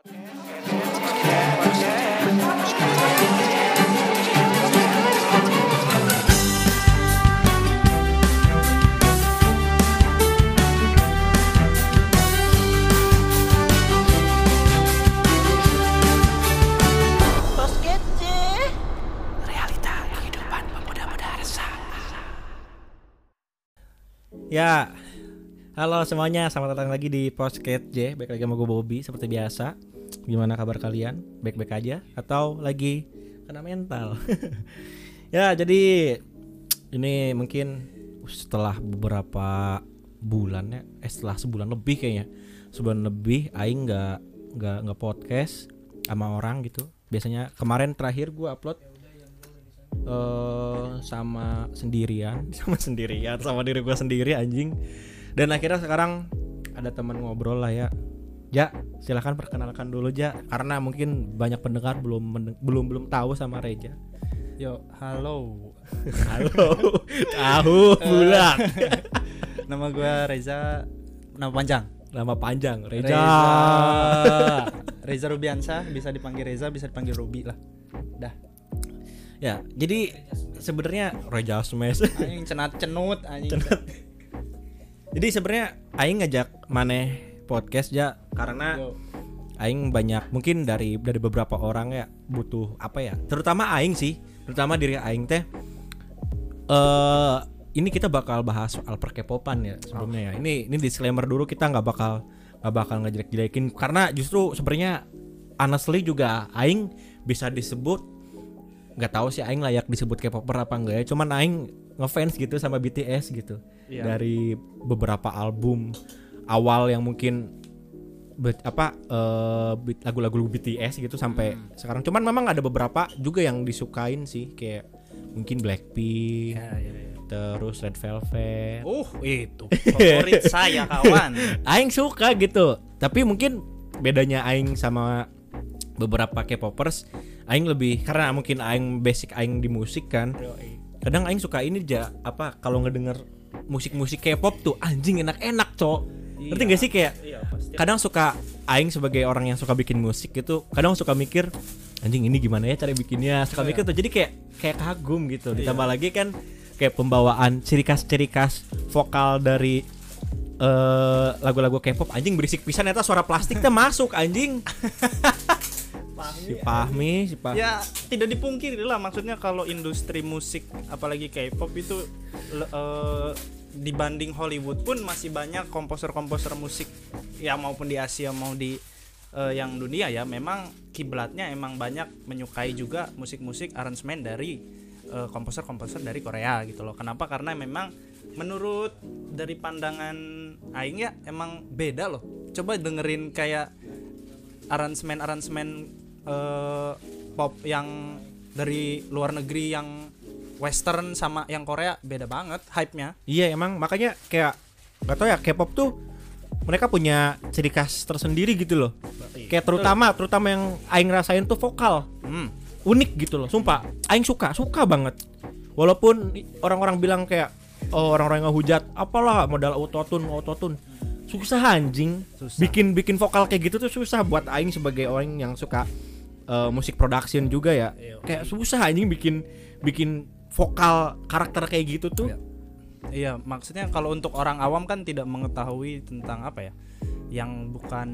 Ya, halo semuanya, selamat datang lagi di Podcast J. Baik lagi sama gue Bobby, seperti biasa. Gimana kabar kalian? Baik-baik aja? Atau lagi kena mental? Ya, jadi ini mungkin setelah beberapa bulan ya, setelah sebulan lebih kayaknya. Sebulan lebih Aing nggak podcast sama orang gitu. Biasanya kemarin terakhir gue upload sama diri gue sendiri anjing. Dan akhirnya sekarang ada teman ngobrol lah ya. Ja, silahkan perkenalkan dulu Ja, karena mungkin banyak pendengar belum tahu sama Reja. Yo, halo. Tahu bulan. Nama gue Reza, nama panjang Reza. Reza Rubiansyah, bisa dipanggil Reza, bisa dipanggil Ruby lah. Dah. Ya, jadi sebenarnya Reja Smash. Anjing cenut anjing. Jadi sebenarnya Aing ngajak maneh podcast Ja karena Aing banyak mungkin dari beberapa orang ya butuh apa ya, terutama Aing sih, terutama diri Aing teh. Ini kita bakal bahas soal perkepopan ya sebelumnya ya. Ini disclaimer dulu, kita nggak bakal ngejelek-jelekin karena justru sebenarnya honestly juga Aing bisa disebut, nggak tahu sih Aing layak disebut K-popper apa enggak ya, cuman Aing ngefans gitu sama BTS gitu. Iya. Dari beberapa album awal yang mungkin lagu-lagu BTS gitu sampai sekarang. Cuman memang ada beberapa juga yang disukain sih, kayak mungkin Blackpink, terus Red Velvet. Itu favorit saya kawan. Aing suka gitu. Tapi mungkin bedanya Aing sama beberapa K-popers, Aing lebih karena mungkin Aing basic Aing di musik kan. Kadang Aing suka ini kalau ngedenger musik-musik K-pop tuh anjing enak-enak, Cok. Ngerti gak sih kayak kadang suka Aing sebagai orang yang suka bikin musik gitu, kadang suka mikir anjing ini gimana ya cara bikinnya, suka mikir tuh, jadi kayak kagum gitu. Ditambah lagi kan kayak pembawaan ciri khas vokal dari lagu-lagu K-pop anjing berisik pisan, ternyata suara plastiknya masuk anjing. Si Pahmi. Ya tidak dipungkiri lah, maksudnya kalau industri musik apalagi K-pop itu dibanding Hollywood pun masih banyak komposer-komposer musik ya, maupun di Asia mau di yang dunia ya, memang kiblatnya emang banyak menyukai juga musik-musik aransemen dari komposer-komposer dari Korea gitu loh. Kenapa? Karena memang menurut dari pandangan Aing ya emang beda loh. Coba dengerin kayak aransemen pop yang dari luar negeri, yang western sama yang Korea beda banget hype-nya. Iya emang, makanya kayak gak tau ya, K-pop tuh mereka punya ciri khas tersendiri gitu loh. Kayak terutama yang Aing rasain tuh vokal unik gitu loh, sumpah Aing suka banget. Walaupun orang-orang bilang kayak orang-orang yang ngehujat apalah modal autotune susah anjing. Bikin vokal kayak gitu tuh susah buat Aing sebagai orang yang suka musik production juga ya. Kayak susah anjing bikin vokal karakter kayak gitu tuh. Iya, maksudnya kalau untuk orang awam kan tidak mengetahui tentang apa ya, yang bukan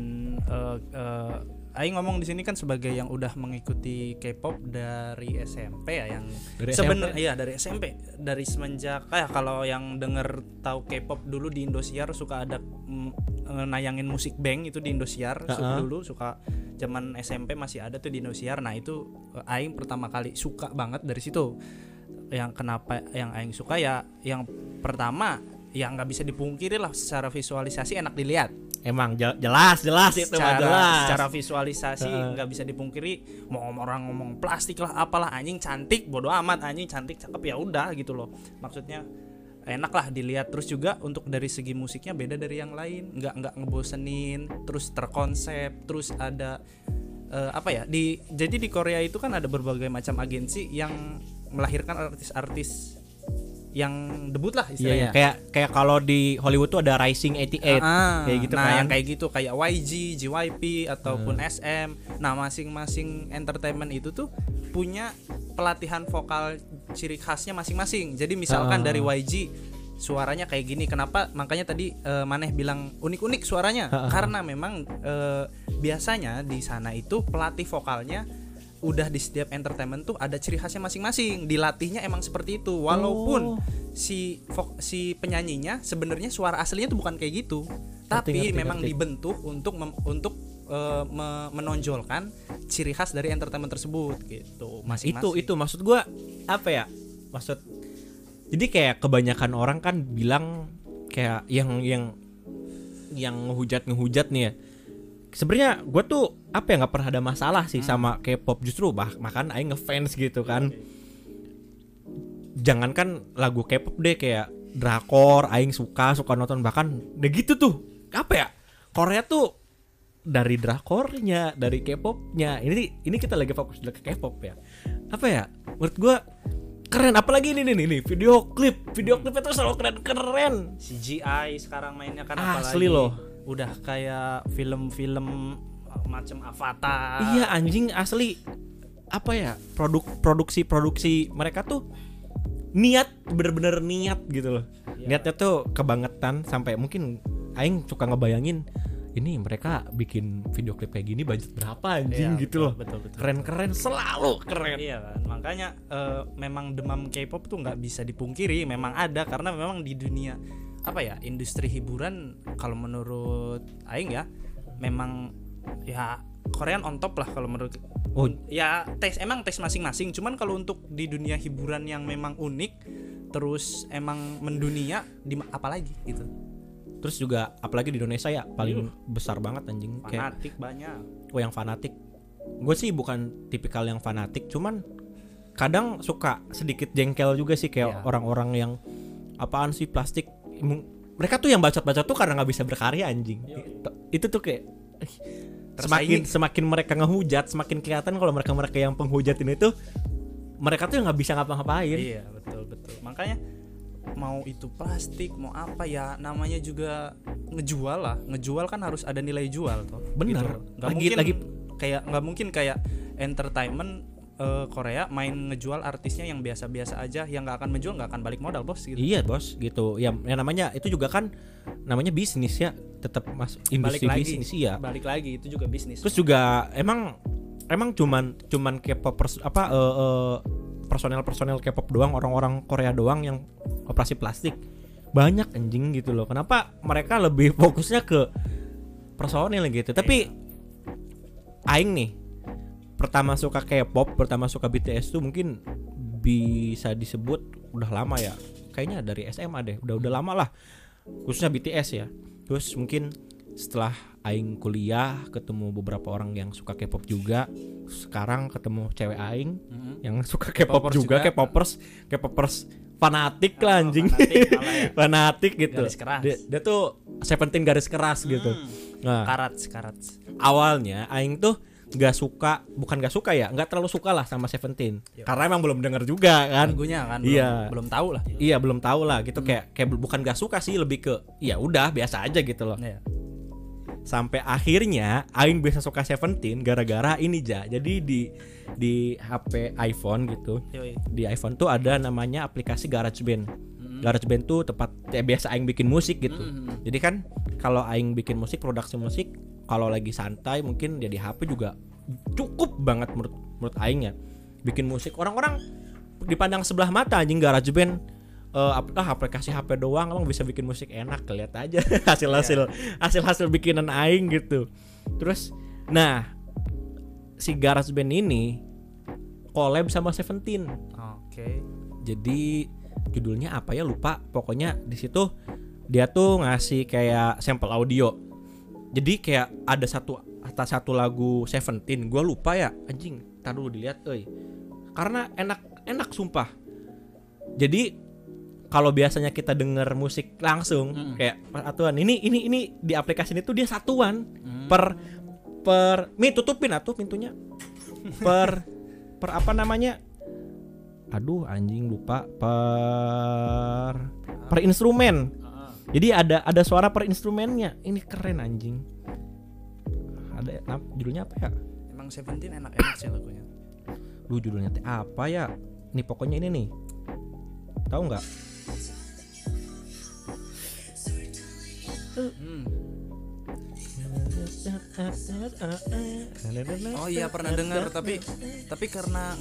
Aing ngomong di sini kan sebagai yang udah mengikuti K-pop dari SMP ya, yang sebenarnya dari SMP, dari semenjak kalau yang denger tahu K-pop dulu di Indosiar suka ada nayangin musik Bank itu di Indosiar. Dulu suka zaman SMP masih ada tuh di Indosiar. Nah itu Aing pertama kali suka banget dari situ. Yang kenapa yang Aing suka ya, yang pertama yang nggak bisa dipungkiri lah, secara visualisasi enak dilihat. Emang jelas itu jelas. Secara visualisasi nggak bisa dipungkiri. Mau orang ngomong plastik lah apalah, anjing cantik bodo amat, anjing cantik cakep ya udah gitu loh. Maksudnya enak lah dilihat. Terus juga untuk dari segi musiknya beda dari yang lain, nggak ngebosenin, terus terkonsep, terus ada jadi di Korea itu kan ada berbagai macam agensi yang melahirkan artis-artis yang debut lah Iya, istilahnya. kayak kalau di Hollywood tuh ada Rising 88 kayak gitu nah kan. yang kayak gitu kayak YG, JYP ataupun SM. Nah masing-masing entertainment itu tuh punya pelatihan vokal ciri khasnya masing-masing. Jadi misalkan dari YG suaranya kayak gini. Kenapa? Makanya tadi Maneh bilang unik-unik suaranya. Karena memang biasanya di sana itu pelatih vokalnya udah di setiap entertainment tuh ada ciri khasnya masing-masing. Dilatihnya emang seperti itu. Walaupun si penyanyinya sebenarnya suara aslinya tuh bukan kayak gitu. Tapi memang dibentuk untuk menonjolkan ciri khas dari entertainment tersebut gitu. Masing-masing. Itu maksud gua apa ya? Jadi kayak kebanyakan orang kan bilang kayak yang ngehujat nih ya. Sebenarnya gue tuh apa ya nggak pernah ada masalah sih sama K-pop, justru bahkan aing ngefans gitu kan. Jangankan lagu K-pop deh, kayak drakor aing suka nonton, bahkan udah gitu tuh apa ya, Korea tuh dari drakornya, dari K-popnya. Ini kita lagi fokus ke K-pop ya. Apa ya? Menurut gue keren, apalagi ini video klipnya tuh selalu keren. CGI sekarang mainnya kan Asli apalagi loh. udah kayak film-film macam Avatar. Iya anjing, asli. Apa ya, produksi mereka tuh niat, bener-bener niat gitu loh. Niatnya tuh kebangetan sampai mungkin aing suka ngebayangin ini mereka bikin video klip kayak gini budget berapa anjing gitu loh. Betul. Keren, selalu keren. Iya kan, makanya memang demam K-pop tuh nggak bisa dipungkiri, memang ada karena memang di dunia apa ya, industri hiburan kalau menurut aing ya memang ya Korean on top lah kalau menurut. Ya tes masing-masing. Cuman kalau untuk di dunia hiburan yang memang unik terus emang mendunia apalagi gitu. Terus juga apalagi di Indonesia ya paling besar banget anjing. Fanatik banyak. Yang fanatik. Gue sih bukan tipikal yang fanatik, cuman kadang suka sedikit jengkel juga sih kayak orang-orang yang apaan sih plastik. Mereka tuh yang bacot-bacot tuh karena nggak bisa berkarya anjing. Itu tuh kayak semakin mereka ngehujat, semakin kelihatan kalau mereka yang penghujat ini tuh mereka tuh nggak bisa ngapa-ngapain. Iya betul. Makanya mau itu plastik mau apa ya, namanya juga ngejual kan harus ada nilai jual toh. Bener. Gitu. Nggak mungkin kayak entertainment Korea main ngejual artisnya yang biasa-biasa aja, yang nggak akan menjual, nggak akan balik modal bos gitu. Iya bos gitu ya namanya itu juga kan namanya bisnis ya, tetap masuk industri bisnis ya. Balik lagi itu juga bisnis. Terus juga emang cuman K-popers personel K-pop doang, orang-orang Korea doang yang operasi plastik. Banyak anjing gitu loh. Kenapa mereka lebih fokusnya ke personel gitu. Tapi aing nih pertama suka K-pop, pertama suka BTS tuh mungkin bisa disebut udah lama ya. Kayaknya dari SMA deh, udah lama lah. Khususnya BTS ya. Terus mungkin setelah aing kuliah ketemu beberapa orang yang suka K-pop juga. Sekarang ketemu cewek aing yang suka K-pop juga. K-popers fanatik lah anjing. Fanatik gitu. Garis keras. Dia tuh 17 garis keras gitu. Nah, karats. Awalnya aing tuh bukan gak suka ya, nggak terlalu suka lah sama Seventeen karena emang belum denger juga kan lagunya kan, belum tahu lah. Iya belum tahu lah gitu, kayak bukan gak suka sih, lebih ke ya udah biasa aja gitu loh. Sampai akhirnya aing bisa suka Seventeen gara-gara ini jadi di HP iPhone gitu. Di iPhone tuh ada namanya aplikasi GarageBand. GarageBand tuh tempat biasa aing bikin musik gitu. Jadi kan kalau aing bikin musik, produksi musik, kalau lagi santai mungkin ya di HP juga cukup banget menurut aing ya. Bikin musik orang-orang dipandang sebelah mata anjing GarageBand, aplikasi HP doang emang bisa bikin musik enak, lihat aja hasil bikinan aing gitu. Terus nah si GarageBand ini collab sama Seventeen. Jadi judulnya apa ya lupa, pokoknya di situ dia tuh ngasih kayak sampel audio. Jadi kayak ada satu lagu Seventeen, gue lupa ya anjing, tar dulu dilihat karena enak sumpah. Jadi kalau biasanya kita denger musik langsung kayak satuan, ini di aplikasi ini tuh dia satuan per tutupin atuh pintunya per apa namanya, aduh anjing lupa per instrumen. Jadi ada suara per instrumennya. Ini keren anjing. Ada judulnya apa ya? Emang Seventeen enak-enak sih lagunya. Lu judulnya apa ya? Nih pokoknya ini nih. Tahu nggak? Oh iya pernah dengar tapi karena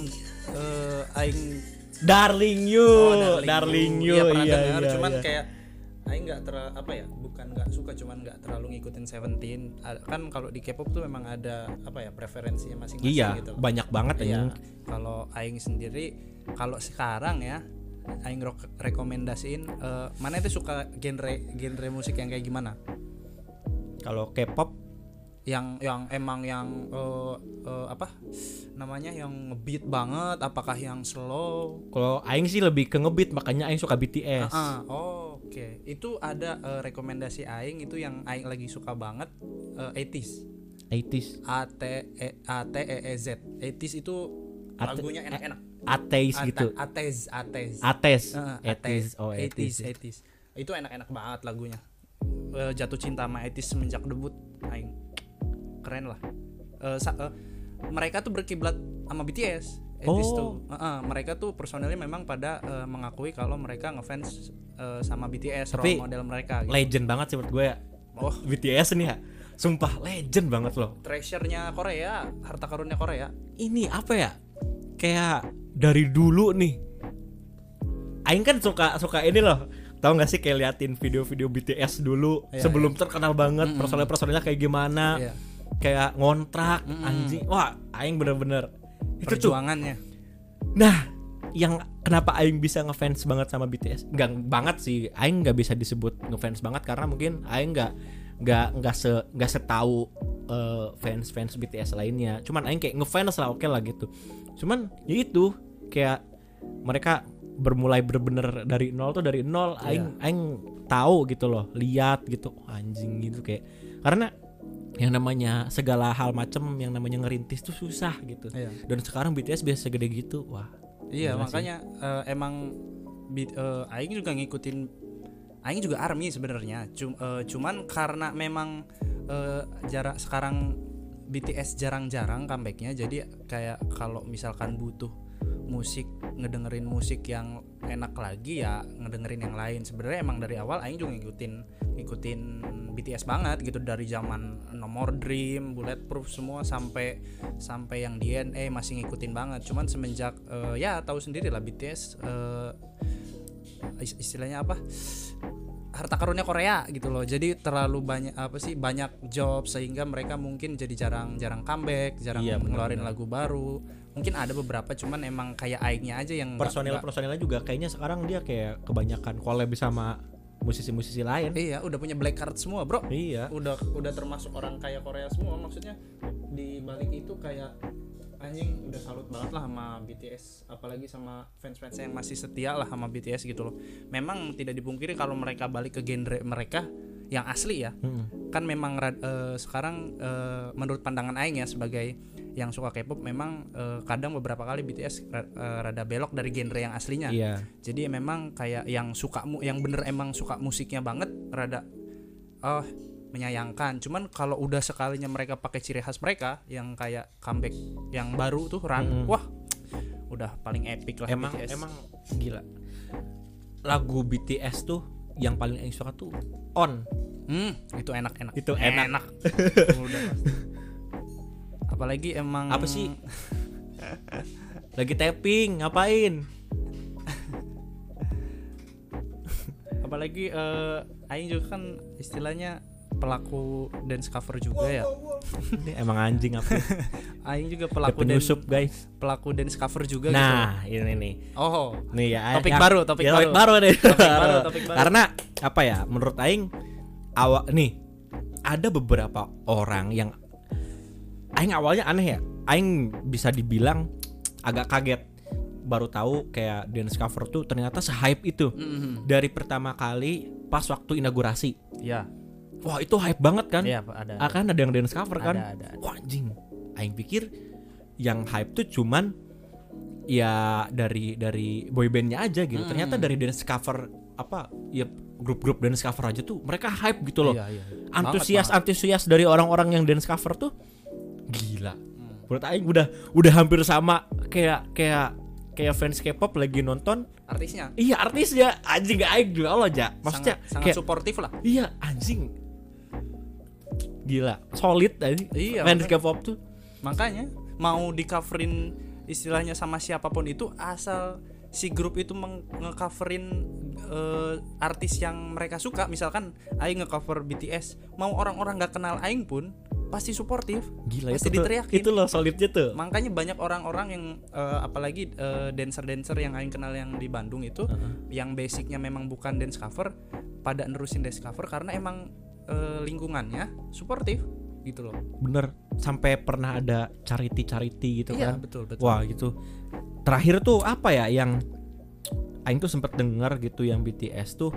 aing Darling You. Iya pernah dengar iya, cuman iya. kayak aing enggak bukan enggak suka cuman enggak terlalu ngikutin Seventeen. Kan kalau di K-pop tuh memang ada preferensinya masing-masing Iya, gitu. banyak banget Iya. anjing. Kalau aing sendiri kalau sekarang ya aing rekomendasiin mana itu suka genre musik yang kayak gimana? Kalau K-pop yang emang yang namanya yang ngebeat banget, apakah yang slow? kalau aing sih lebih ke ngebeat, makanya aing suka BTS. Oke. Itu ada rekomendasi aing itu yang aing lagi suka banget 80s. 80s. ATEEZ. 80s itu lagunya enak-enak. Ateis gitu. Ateis. Ateis. 80s. Itu enak-enak banget lagunya. Jatuh cinta sama 80s semenjak debut aing. Keren lah. Mereka tuh berkiblat sama BTS. 80s tuh. Mereka tuh personelnya memang pada mengakui kalau mereka ngefans sama BTS, tapi role model mereka gitu. Legend banget sih menurut gue ya. Oh, BTS nih ya. Sumpah legend banget loh. treasure-nya Korea, harta karunnya Korea. Ini apa ya? Kayak dari dulu nih. Aing kan suka ini loh. Tahu nggak sih kayak liatin video-video BTS dulu sebelum terkenal banget, personel-personelnya kayak gimana, kayak ngontrak, anjing, wah, aing bener-bener itu tuh. Perjuangannya. Nah, yang kenapa aing bisa ngefans banget sama BTS? Enggak banget sih, aing nggak bisa disebut ngefans banget karena mungkin aing nggak setahu fans BTS lainnya. Cuman aing kayak ngefans lah, oke lah gitu. Cuman ya itu kayak mereka bermulai bener-bener dari nol aing tahu gitu loh, lihat gitu, anjing gitu kayak karena yang namanya segala hal macem yang namanya ngerintis tuh susah gitu. Dan sekarang BTS biasa segede gitu, wah. Iya, makanya emang aing juga ngikutin, aing juga ARMY sebenarnya. Cuman karena memang sekarang BTS jarang-jarang comebacknya, jadi kayak kalau misalkan butuh musik, ngedengerin musik yang enak lagi ya ngedengerin yang lain. Sebenarnya emang dari awal aing juga ngikutin BTS banget gitu, dari zaman No More Dream, Bulletproof semua sampai yang DNA masih ngikutin banget. Cuman semenjak ya tahu sendiri lah BTS istilahnya apa, harta karunnya Korea gitu loh. Jadi terlalu banyak job sehingga mereka mungkin jadi jarang comeback, jarang ngeluarin lagu baru. Mungkin ada beberapa, cuman emang kayak aingnya aja yang personelnya juga kayaknya sekarang dia kayak kebanyakan collab sama musisi-musisi lain. Iya, udah punya black card semua, bro. Iya. Udah termasuk orang kaya Korea semua. Maksudnya di balik itu kayak anjing udah salut banget lah sama BTS, apalagi sama fans-fans yang masih setia lah sama BTS gitu loh. Memang tidak dipungkiri kalau mereka balik ke genre mereka yang asli ya. Kan memang sekarang menurut pandangan aing ya sebagai yang suka K-pop, memang kadang beberapa kali BTS rada belok dari genre yang aslinya. Iya. Jadi memang kayak yang bener emang suka musiknya banget rada menyayangkan. Cuman kalau udah sekalinya mereka pakai ciri khas mereka yang kayak comeback yang baru tuh wah udah paling epic lah. BTS. Emang gila. Lagu BTS tuh yang paling aing suka tuh On. Itu enak. Itu enak. Udah. Apalagi emang apa sih? Lagi tapping, ngapain? Apalagi aing juga kan istilahnya pelaku dance cover juga ya. Ini emang anjing apa? Aing juga pelaku dance cover juga nah, gitu. ini nih. Oh. Nih ya. Topik baru deh. Topik baru. Karena apa ya? Menurut aing ada beberapa orang yang aing awalnya aneh ya. Aing bisa dibilang agak kaget baru tahu kayak dance cover tuh ternyata se-hype itu. Dari pertama kali pas waktu inaugurasi. Ya. Wah, itu hype banget kan? Iya, ada. Akan ada yang dance cover kan? Ada. Wah, anjing. Aing pikir yang hype tuh cuman ya dari boybandnya aja gitu. Ternyata dari dance cover apa ya grup-grup dance cover aja tuh mereka hype gitu loh. Iya. Antusias dari orang-orang yang dance cover tuh gila. Menurut aing udah hampir sama kayak fans K-pop lagi nonton Artisnya iya artisnya anjing aing juga Allah aja. Maksudnya sangat kayak, suportif lah. iya anjing gila solid anjing. Iya, Fans K-pop tuh makanya mau di coverin istilahnya sama siapapun itu asal si grup itu nge-coverin artis yang mereka suka. Misalkan aing nge-cover BTS, mau orang-orang nggak kenal aing pun pasti suportif, gila pasti itu diteriakin. itu loh solidnya tuh. Makanya banyak orang-orang yang apalagi dancer-dancer yang aing kenal yang di Bandung itu yang basicnya memang bukan dance cover pada nerusin dance cover karena emang lingkungannya suportif gitu loh. Bener, sampai pernah ada charity gitu Iya, kan. betul. Wah gitu. Terakhir tuh apa ya yang aing tuh sempat dengar gitu yang BTS tuh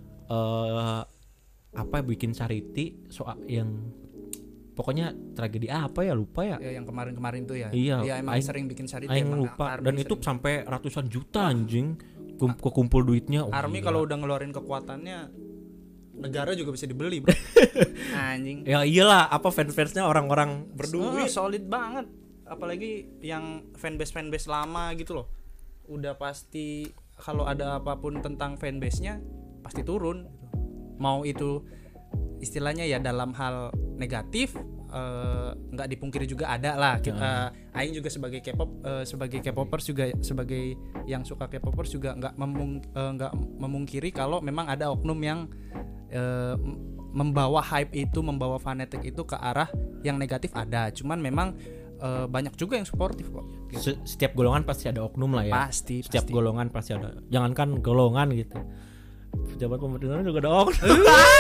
apa bikin charity soal yang pokoknya tragedi apa ya lupa ya. Ya, yang kemarin tuh ya. Iya, Dia emang sering bikin charity. Aing emang lupa Army dan itu sering. sampai ratusan juta anjing kekumpul duitnya. Oh, Army gila. kalau udah ngeluarin kekuatannya negara juga bisa dibeli, bro. Anjing. Ya iyalah apa fans-fansnya orang-orang berduit. Solid banget. Apalagi yang fanbase lama gitu loh. Udah pasti kalau ada apapun tentang fanbase-nya pasti turun gitu. Mau itu istilahnya ya dalam hal negatif nggak dipungkiri juga ada lah. Aing juga sebagai K-pop sebagai K-popers juga sebagai yang suka K-popers juga nggak memungkiri kalau memang ada oknum yang membawa hype itu, membawa fanatik itu ke arah yang negatif ada. Cuman memang banyak juga yang suportif kok. Gitu. Setiap golongan pasti ada oknum lah ya. Pasti. Setiap golongan pasti ada. Jangankan golongan gitu. Pejabat pemerintahan juga ada oknum.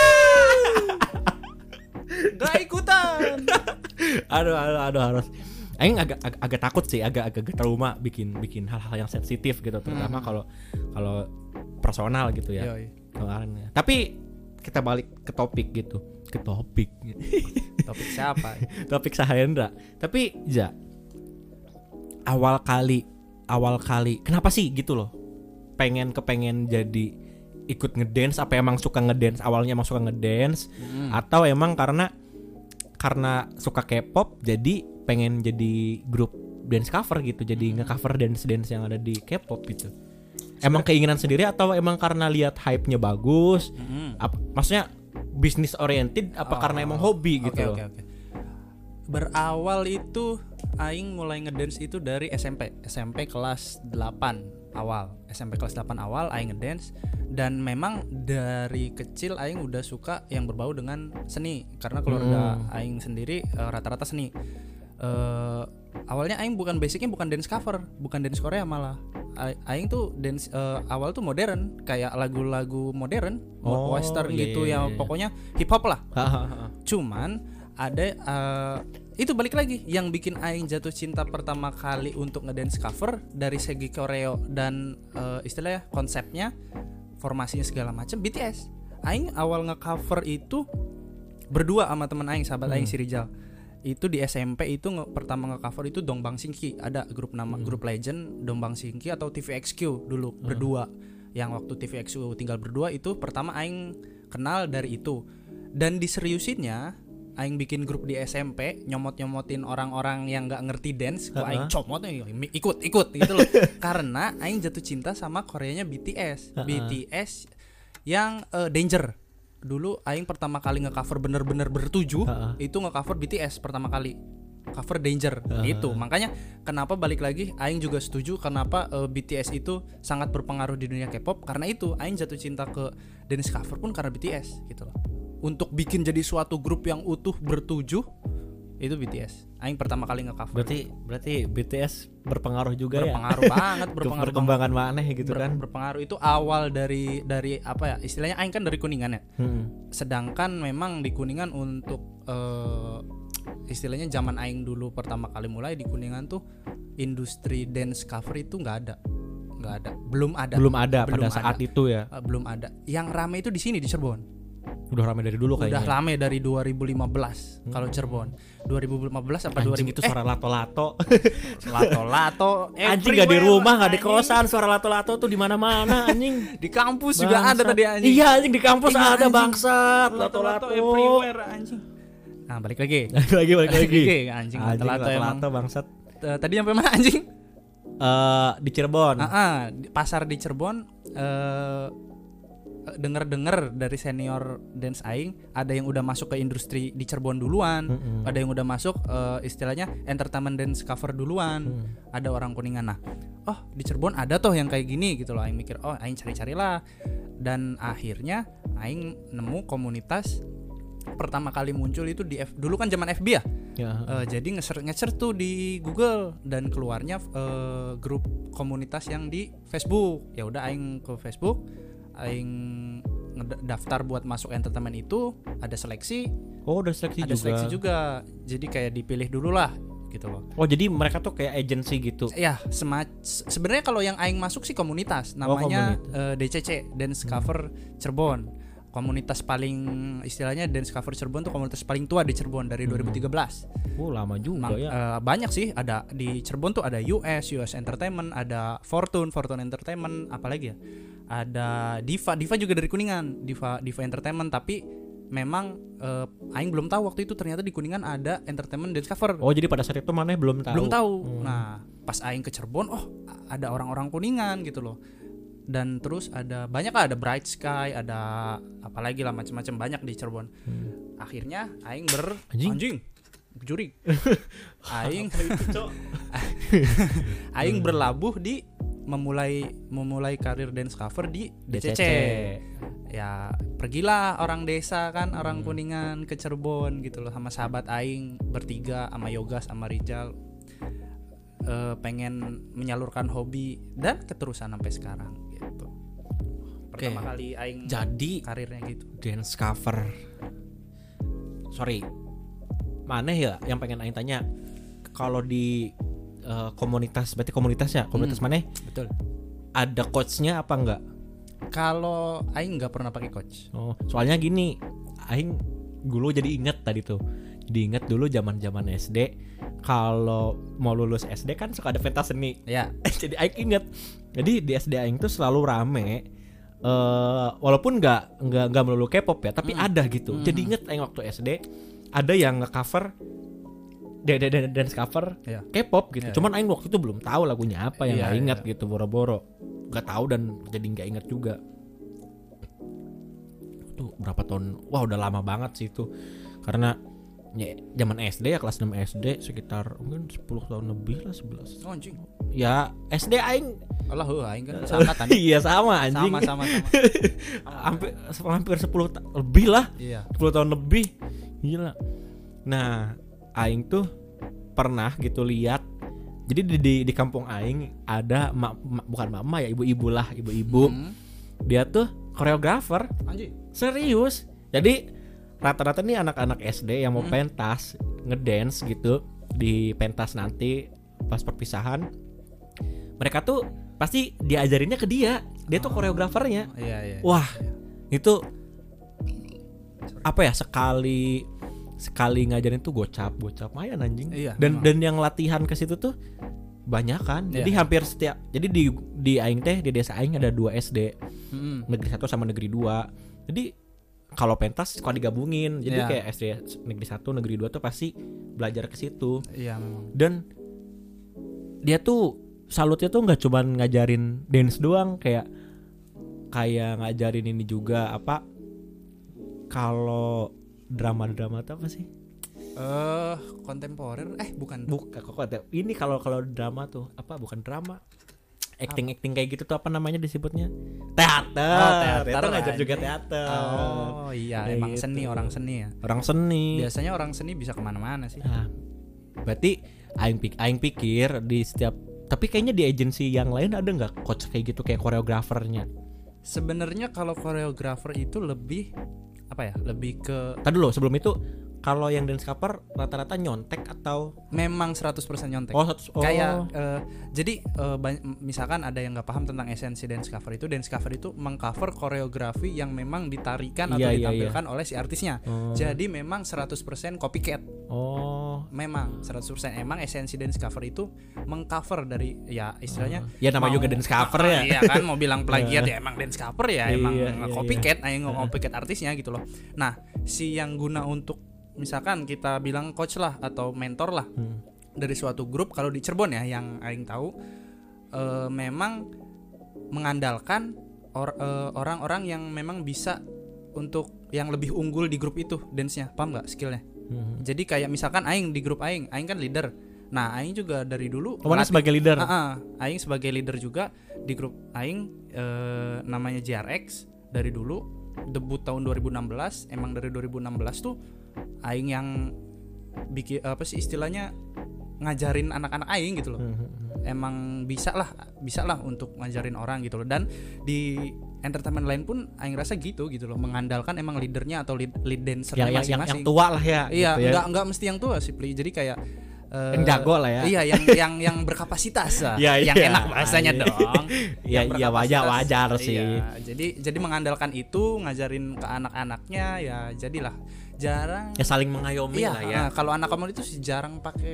Gak ikutan. aduh harus. Aing agak takut sih, agak trauma bikin hal-hal yang sensitif gitu, terutama kalau personal gitu ya. Kemarin ya. Tapi kita balik ke topik gitu. Topik siapa? Topik Sahendra. Tapi ja awal kali kenapa sih gitu loh? Kepengen jadi ikut ngedance, apa emang suka ngedance? Awalnya emang suka ngedance atau emang karena suka K-pop jadi pengen jadi grup dance cover gitu, jadi nge-cover dance yang ada di K-pop gitu. Emang keinginan sendiri atau emang karena lihat hype-nya bagus? Maksudnya bisnis oriented apa karena emang hobi gitu? Oke. Berawal itu aing mulai ngedance itu dari SMP kelas 8 awal. SMP kelas 8 awal aing ngedance dan memang dari kecil aing udah suka yang berbau dengan seni karena keluarga aing sendiri rata-rata seni. Awalnya aing basicnya bukan dance cover, bukan dance Korea malah. Aing tuh dance awal tuh modern, kayak lagu-lagu modern, western gitu ya, pokoknya hip hop lah. Cuman ada itu balik lagi yang bikin aing jatuh cinta pertama kali untuk ngedance cover dari segi koreo dan istilahnya konsepnya, formasinya segala macam BTS. Aing awal nge-cover itu berdua sama teman aing, sahabat aing si Rizal. Itu di SMP itu pertama nge-cover itu Dongbang Shinki, ada grup legend Dongbang Shinki atau TVXQ dulu berdua. Yang waktu TVXQ tinggal berdua itu pertama aing kenal dari itu. Dan diseriusinnya aing bikin grup di SMP, nyomot-nyomotin orang-orang yang enggak ngerti dance, kok aing comot ikut gitu loh. Karena aing jatuh cinta sama Koreanya BTS. BTS yang Danger. Dulu aing pertama kali nge-cover bener-bener bertujuh itu nge-cover BTS pertama kali, cover Danger gitu. Makanya kenapa balik lagi aing juga setuju kenapa BTS itu sangat berpengaruh di dunia K-pop, karena itu aing jatuh cinta ke dance cover pun karena BTS gitu loh. Untuk bikin jadi suatu grup yang utuh bertujuh itu BTS. Aing pertama kali nge-cover. Berarti BTS berpengaruh juga berpengaruh ya. banget, perkembangan maneh gitu kan. Berpengaruh itu awal dari apa ya? Istilahnya aing kan dari Kuningan ya. Sedangkan memang di Kuningan untuk istilahnya zaman aing dulu pertama kali mulai di Kuningan tuh industri dance cover itu enggak ada. Belum ada pada saat itu ya. Belum ada. Yang rame itu di sini di Cirebon. Udah rame dari dulu kayaknya. Udah rame dari 2015 kalau Cirebon. 2015 apa Anjing 2000 itu suara lato-lato. lato-lato Anjing gak di rumah, gak di kosan, suara lato-lato tuh di mana-mana anjing. Di kampus juga ada tadi anjing. Iya anjing, di kampus Iya, ada anjing. bangsat, Lato-lato lato-lato. everywhere anjing. Nah, balik lagi. Balik lagi. Anjing lato-lato emang. Lato bangsat. Tadi sampai mana anjing? Di Cirebon. Pasar di Cirebon denger dari senior dance aing ada yang udah masuk ke industri di Cirebon duluan, ada yang udah masuk istilahnya entertainment dance cover duluan, ada orang Kuningan. Nah, oh di Cirebon ada toh yang kayak gini gitu loh. Aing mikir, oh aing cari-carilah, dan akhirnya aing nemu komunitas. Pertama kali muncul itu di dulu kan zaman FB ya. Jadi nge-search tuh di Google dan keluarnya grup komunitas yang di Facebook. Ya udah aing ke Facebook, aing ngedaftar buat masuk entertainment itu, ada seleksi. Oh, udah seleksi ada juga. Seleksi juga. Jadi kayak dipilih dulu lah gitu loh. Oh, jadi mereka tuh kayak agency gitu. Ya, sebenarnya kalau yang aing masuk sih komunitas, namanya DCC, Dance Cover Cirebon. Komunitas paling istilahnya dance cover Cirebon tuh komunitas paling tua di Cirebon dari 2013. Oh, lama juga ya. Banyak sih, ada di Cirebon tuh ada US Entertainment, ada Fortune Entertainment, apalagi ya? Ada Diva juga dari Kuningan, Diva Entertainment, tapi memang aing belum tahu waktu itu ternyata di Kuningan ada entertainment dance cover. Oh, jadi pada saat itu mana belum tahu. Belum tahu. Nah, pas aing ke Cirebon, oh ada orang-orang Kuningan gitu loh. Dan terus ada banyak lah, ada Bright Sky, ada apalagi lah macam-macam banyak di Cirebon. Akhirnya aing anjing juri. aing berlabuh di memulai karir dance cover di DCC. Ya, pergilah orang desa kan, orang Kuningan ke Cirebon gitu loh sama sahabat aing bertiga, sama Yoga sama Rijal. Pengen menyalurkan hobi dan keterusan sampai sekarang gitu. Pertama kali aing jadi karirnya gitu. Dance cover. Sorry. Mana ya yang pengen aing tanya? Kalau di komunitas, berarti komunitas ya? Komunitas mana? Betul. Ada coachnya apa enggak? Kalau aing nggak pernah pakai coach. Oh, soalnya gini, aing dulu jadi inget tadi tuh. Diinget dulu zaman SD, kalau mau lulus SD kan suka ada pentas seni. Ya. Jadi aing inget. Jadi di SD aing tuh selalu rame. Walaupun nggak melulu K-pop ya, tapi ada gitu. Jadi inget aing waktu SD ada yang nge-cover dance cover K-pop gitu. Cuman aing waktu itu belum tahu lagunya apa, yang nggak inget gitu, boro-boro nggak tahu dan jadi nggak inget juga. Tuh berapa tahun? Wah, udah lama banget sih itu. Karena ya, zaman SD ya, kelas 6 SD sekitar mungkin 10 tahun lebih lah, 11. Oh, anjing. Ya, SD aing. Aing kan seangkatan. Iya, sama anjing. Sama. hampir 10 lebih lah. Iya. 10 tahun lebih. Gila. Nah, aing tuh pernah gitu lihat. Jadi di kampung aing ada bukan mama ya, ibu-ibu lah, ibu-ibu. Dia tuh koreografer. Anjing. Serius. Jadi rata-rata nih anak-anak SD yang mau pentas, ngedance gitu di pentas nanti pas perpisahan, mereka tuh pasti diajarinnya ke dia tuh koreografernya. Iya. Wah, itu apa ya, sekali ngajarin tuh gocap mayan anjing. Iya, dan yang latihan ke situ tuh banyak kan. Jadi hampir setiap, jadi di aing teh, di desa aing ada 2 SD. Negeri 1 sama negeri 2. Jadi kalau pentas kalau digabungin, jadi kayak SD negeri 1, negeri 2 tuh pasti belajar ke situ. Iya memang. Dan dia tuh salutnya tuh nggak cuman ngajarin dance doang, kayak ngajarin ini juga apa? Kalau drama tuh apa sih? Kontemporer? Bukan. Ini kalau drama tuh apa? Bukan drama. Acting kayak gitu tuh apa namanya disebutnya? Teater. Itu ngajar juga teater. Oh iya, kayak emang gitu. Orang seni ya. Orang seni. Biasanya orang seni bisa kemana-mana sih. Nah, berarti aing pikir di setiap, tapi kayaknya di agensi yang lain ada nggak coach kayak gitu, kayak koreografernya? Sebenarnya kalau koreografer itu lebih apa ya? Lebih ke. Tadi dulu sebelum itu kalau yang dance cover rata-rata nyontek atau Memang 100% nyontek. oh. Kayak jadi misalkan ada yang nggak paham tentang esensi dance cover itu mengcover koreografi yang memang ditarikan atau ditampilkan oleh si artisnya. Jadi memang 100% copycat. Memang 100% emang esensi dance cover itu mengcover dari ya istilahnya ya nama juga dance cover ya. Iya kan, mau bilang plagiat ya emang dance cover ya, emang copycat, copycat artisnya gitu loh. Nah, si yang guna untuk misalkan kita bilang coach lah atau mentor lah dari suatu grup, kalau di Cirebon ya yang aing tahu memang mengandalkan orang-orang yang memang bisa untuk yang lebih unggul di grup itu dance-nya, paham nggak skillnya? Jadi kayak misalkan aing di grup aing kan leader. Nah, aing juga dari dulu Mana sebagai leader? Aing sebagai leader juga di grup aing namanya JRX dari dulu, debut tahun 2016. Emang dari 2016 tuh aing yang bikin apa sih istilahnya ngajarin anak-anak aing gitu loh. Emang bisa lah untuk ngajarin orang gitu loh. Dan di entertainment lain pun aing rasa gitu loh, mengandalkan emang leadernya atau lead dancernya masing-masing. Yang tua lah ya. Iya, gitu ya. enggak mesti yang tua sih, Pli. Jadi kayak yang jago lah ya. Iya, yang berkapasitas lah. Yang enak bahasanya dong. Iya, wajar sih. Iya, jadi mengandalkan itu ngajarin ke anak-anaknya ya, jadilah jarang ya saling mengayomi lah ya. Kalau anak kamu itu sih jarang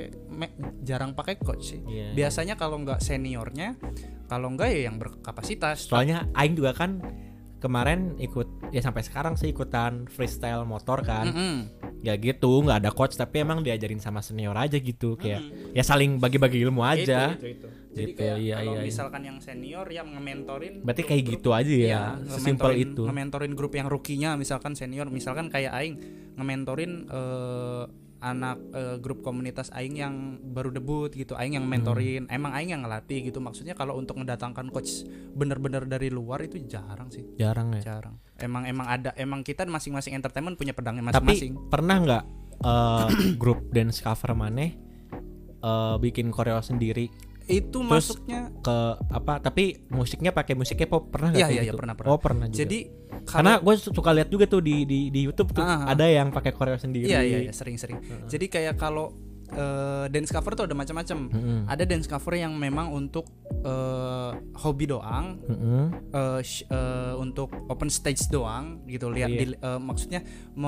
pakai coach sih. Biasanya kalau nggak seniornya, kalau nggak ya yang berkapasitas. Soalnya aing juga kan kemarin ikut ya sampai sekarang sih ikutan freestyle motor kan. Ya gitu, nggak ada coach tapi emang diajarin sama senior aja gitu, kayak ya saling bagi-bagi ilmu aja. Itu. Jadi gitu, kayak kalau misalkan yang senior yang nge-mentorin, berarti kayak gitu aja ya, sesimpel itu. Nge-mentorin grup yang rookie-nya, misalkan senior, misalkan kayak aing nge-mentorin anak grup komunitas aing yang baru debut gitu, aing yang mentorin, emang aing yang ngelatih gitu. Maksudnya kalau untuk mendatangkan coach bener-bener dari luar itu jarang sih. Jarang. Emang kita masing-masing entertainment punya pedangnya masing-masing. Tapi pernah nggak grup dance cover maneh bikin koreo sendiri? Itu terus masuknya ke apa? Tapi musiknya pakai musik K-pop pernah nggak? Iya, gitu? pernah. Oh, pernah juga. Jadi karena gue suka lihat juga tuh di YouTube tuh ada yang pakai koreo sendiri. Iya, sering. Jadi kayak kalau dance cover tuh ada macam-macam. Ada dance cover yang memang untuk hobi doang, untuk open stage doang gitu. Maksudnya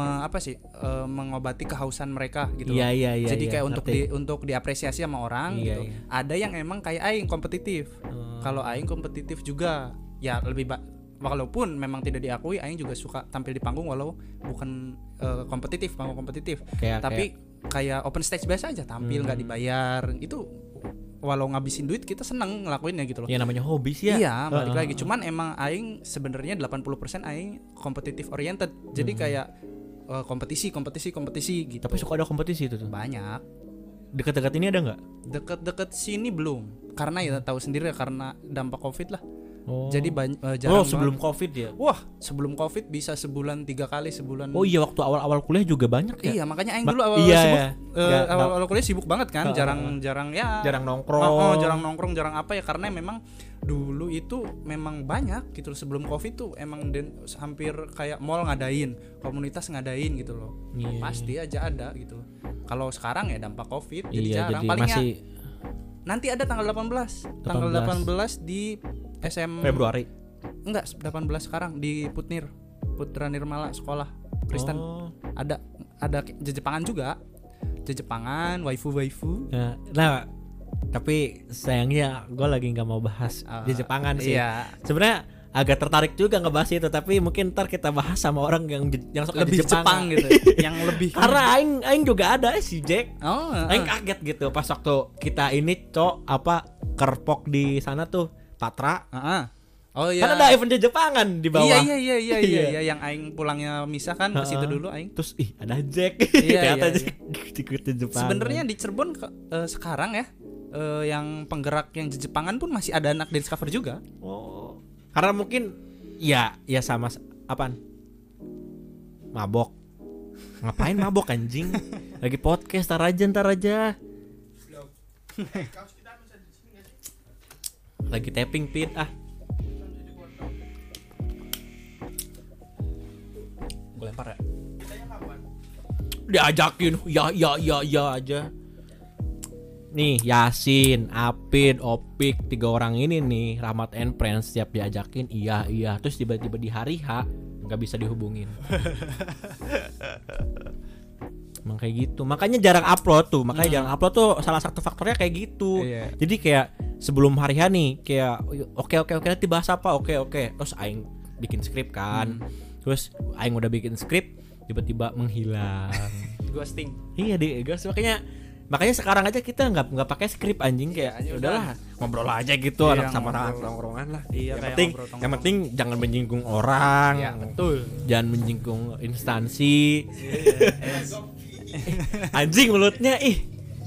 mengobati kehausan mereka gitu. Iya. Jadi kayak untuk diapresiasi sama orang gitu. Ada yang emang kayak aing kompetitif. Kalau aing kompetitif juga ya walaupun memang tidak diakui, aing juga suka tampil di panggung walau bukan panggung kompetitif. Kayak open stage biasa aja, tampil nggak dibayar. Itu walau ngabisin duit kita seneng ngelakuinnya gitu loh. Ya namanya hobi sih ya. Iya, balik lagi. Cuman emang aing sebenarnya 80% aing kompetitif oriented. Jadi kayak kompetisi gitu. Tapi suka ada kompetisi itu tuh. Banyak. Dekat-dekat ini ada nggak? Dekat sini belum. Karena ya tahu sendiri karena dampak Covid lah. Jadi jarang. Sebelum Covid ya? Wah, sebelum Covid bisa sebulan 3 kali sebulan. Oh iya, waktu awal-awal kuliah juga banyak ya. Iya, makanya aing dulu awal kuliah sibuk banget kan, jarang nongkrong. Jarang nongkrong, jarang apa ya, karena memang dulu itu memang banyak gitu loh. Sebelum Covid tuh emang hampir kayak mall ngadain, komunitas ngadain gitu loh. Pasti aja ada gitu loh. Kalau sekarang ya dampak Covid jadi jarang. Palingnya nanti ada tanggal 18 di SM Februari. Enggak, 18 sekarang di Putra Nirmala sekolah Kristen. Ada Jejepangan juga. Jejepangan, waifu. Nah, tapi sayangnya gue lagi nggak mau bahas Jejepangan sih. Iya. Sebenarnya agak tertarik juga ngebahas itu, tapi mungkin ntar kita bahas sama orang yang suka lebih Jepang gitu. Yang lebih karena aing juga ada si Jack. Aing kaget gitu pas waktu kita ini kerpok di sana tuh Patra. Oh iya. Kan ada event Jepangan di bawah. Iya, yang aing pulangnya misah kan ke situ dulu aing. Terus ada Jack. Ternyata Jack ikut Jepangan. Sebenarnya di Cirebon sekarang ya yang penggerak yang Jepangan pun masih ada anak dance cover juga. Oh. Karena mungkin ya sama apaan? Mabok. Ngapain mabok anjing? Lagi podcast ntar aja. Lagi tapping Pit Gue lempar ya. diajakin ya aja. Nih Yasin, Apin, Opik, 3 orang ini nih Rahmat and Friends setiap diajakin iya terus tiba-tiba di hari H nggak bisa dihubungin. Emang kayak gitu. Makanya jarang upload tuh. Jarang upload tuh salah satu faktornya kayak gitu. Iya. Jadi kayak sebelum hari H nih kayak oke nanti bahas apa? Oke. Terus aing bikin skrip kan. Terus aing udah bikin skrip tiba-tiba menghilang. Ghosting. Iya deh, guys. Makanya sekarang aja kita nggak pakai skrip anjing kayak udahlah ngobrol aja gitu anak sama orang lah. Iya, yang penting jangan menyinggung orang. Iya, betul. Jangan menyinggung instansi. Anjing mulutnya ih.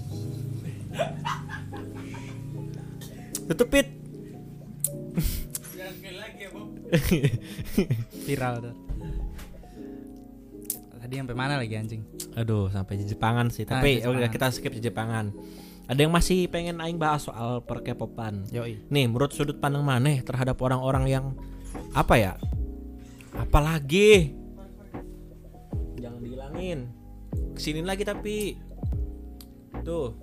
Tutupit. Viral tuh. Tadi sampai mana lagi anjing? Aduh, sampai Jepangan sih. Tapi udah kita skip Jepangan. Ada yang masih pengen aing bahas soal per-K-popan. Yoi. Nih, menurut sudut pandang maneh terhadap orang-orang yang apa ya? Apalagi jangan dihilangin. Kesini lagi tapi tuh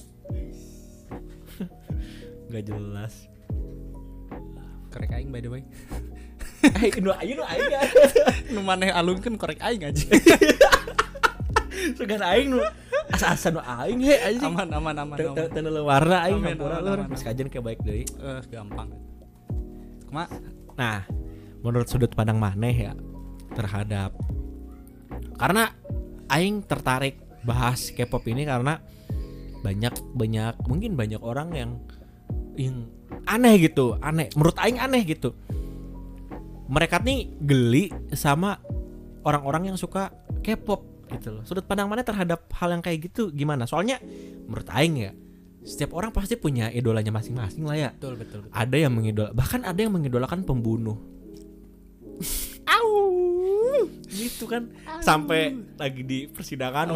nggak jelas. Korek aing by the way. Nu aing ya. Nu maneh alungkeun korek aing aja. Sugan aing nu asa-asa nu aing he anjing. Aman. Teu warna aing Aman, hampura aman. lur. Mas kajen kayak baik deui. Gampang. Kuma Nah, menurut sudut pandang maneh ya terhadap karena aing tertarik bahas K-pop ini karena mungkin banyak orang yang aneh gitu, menurut aing aneh gitu. Mereka nih geli sama orang-orang yang suka K-pop gitu loh. Sudut pandang mana terhadap hal yang kayak gitu gimana? Soalnya menurut aing ya, setiap orang pasti punya idolanya masing-masing lah ya. betul. Ada yang bahkan ada yang mengidolakan pembunuh. Gitu kan. Sampai lagi di persidangan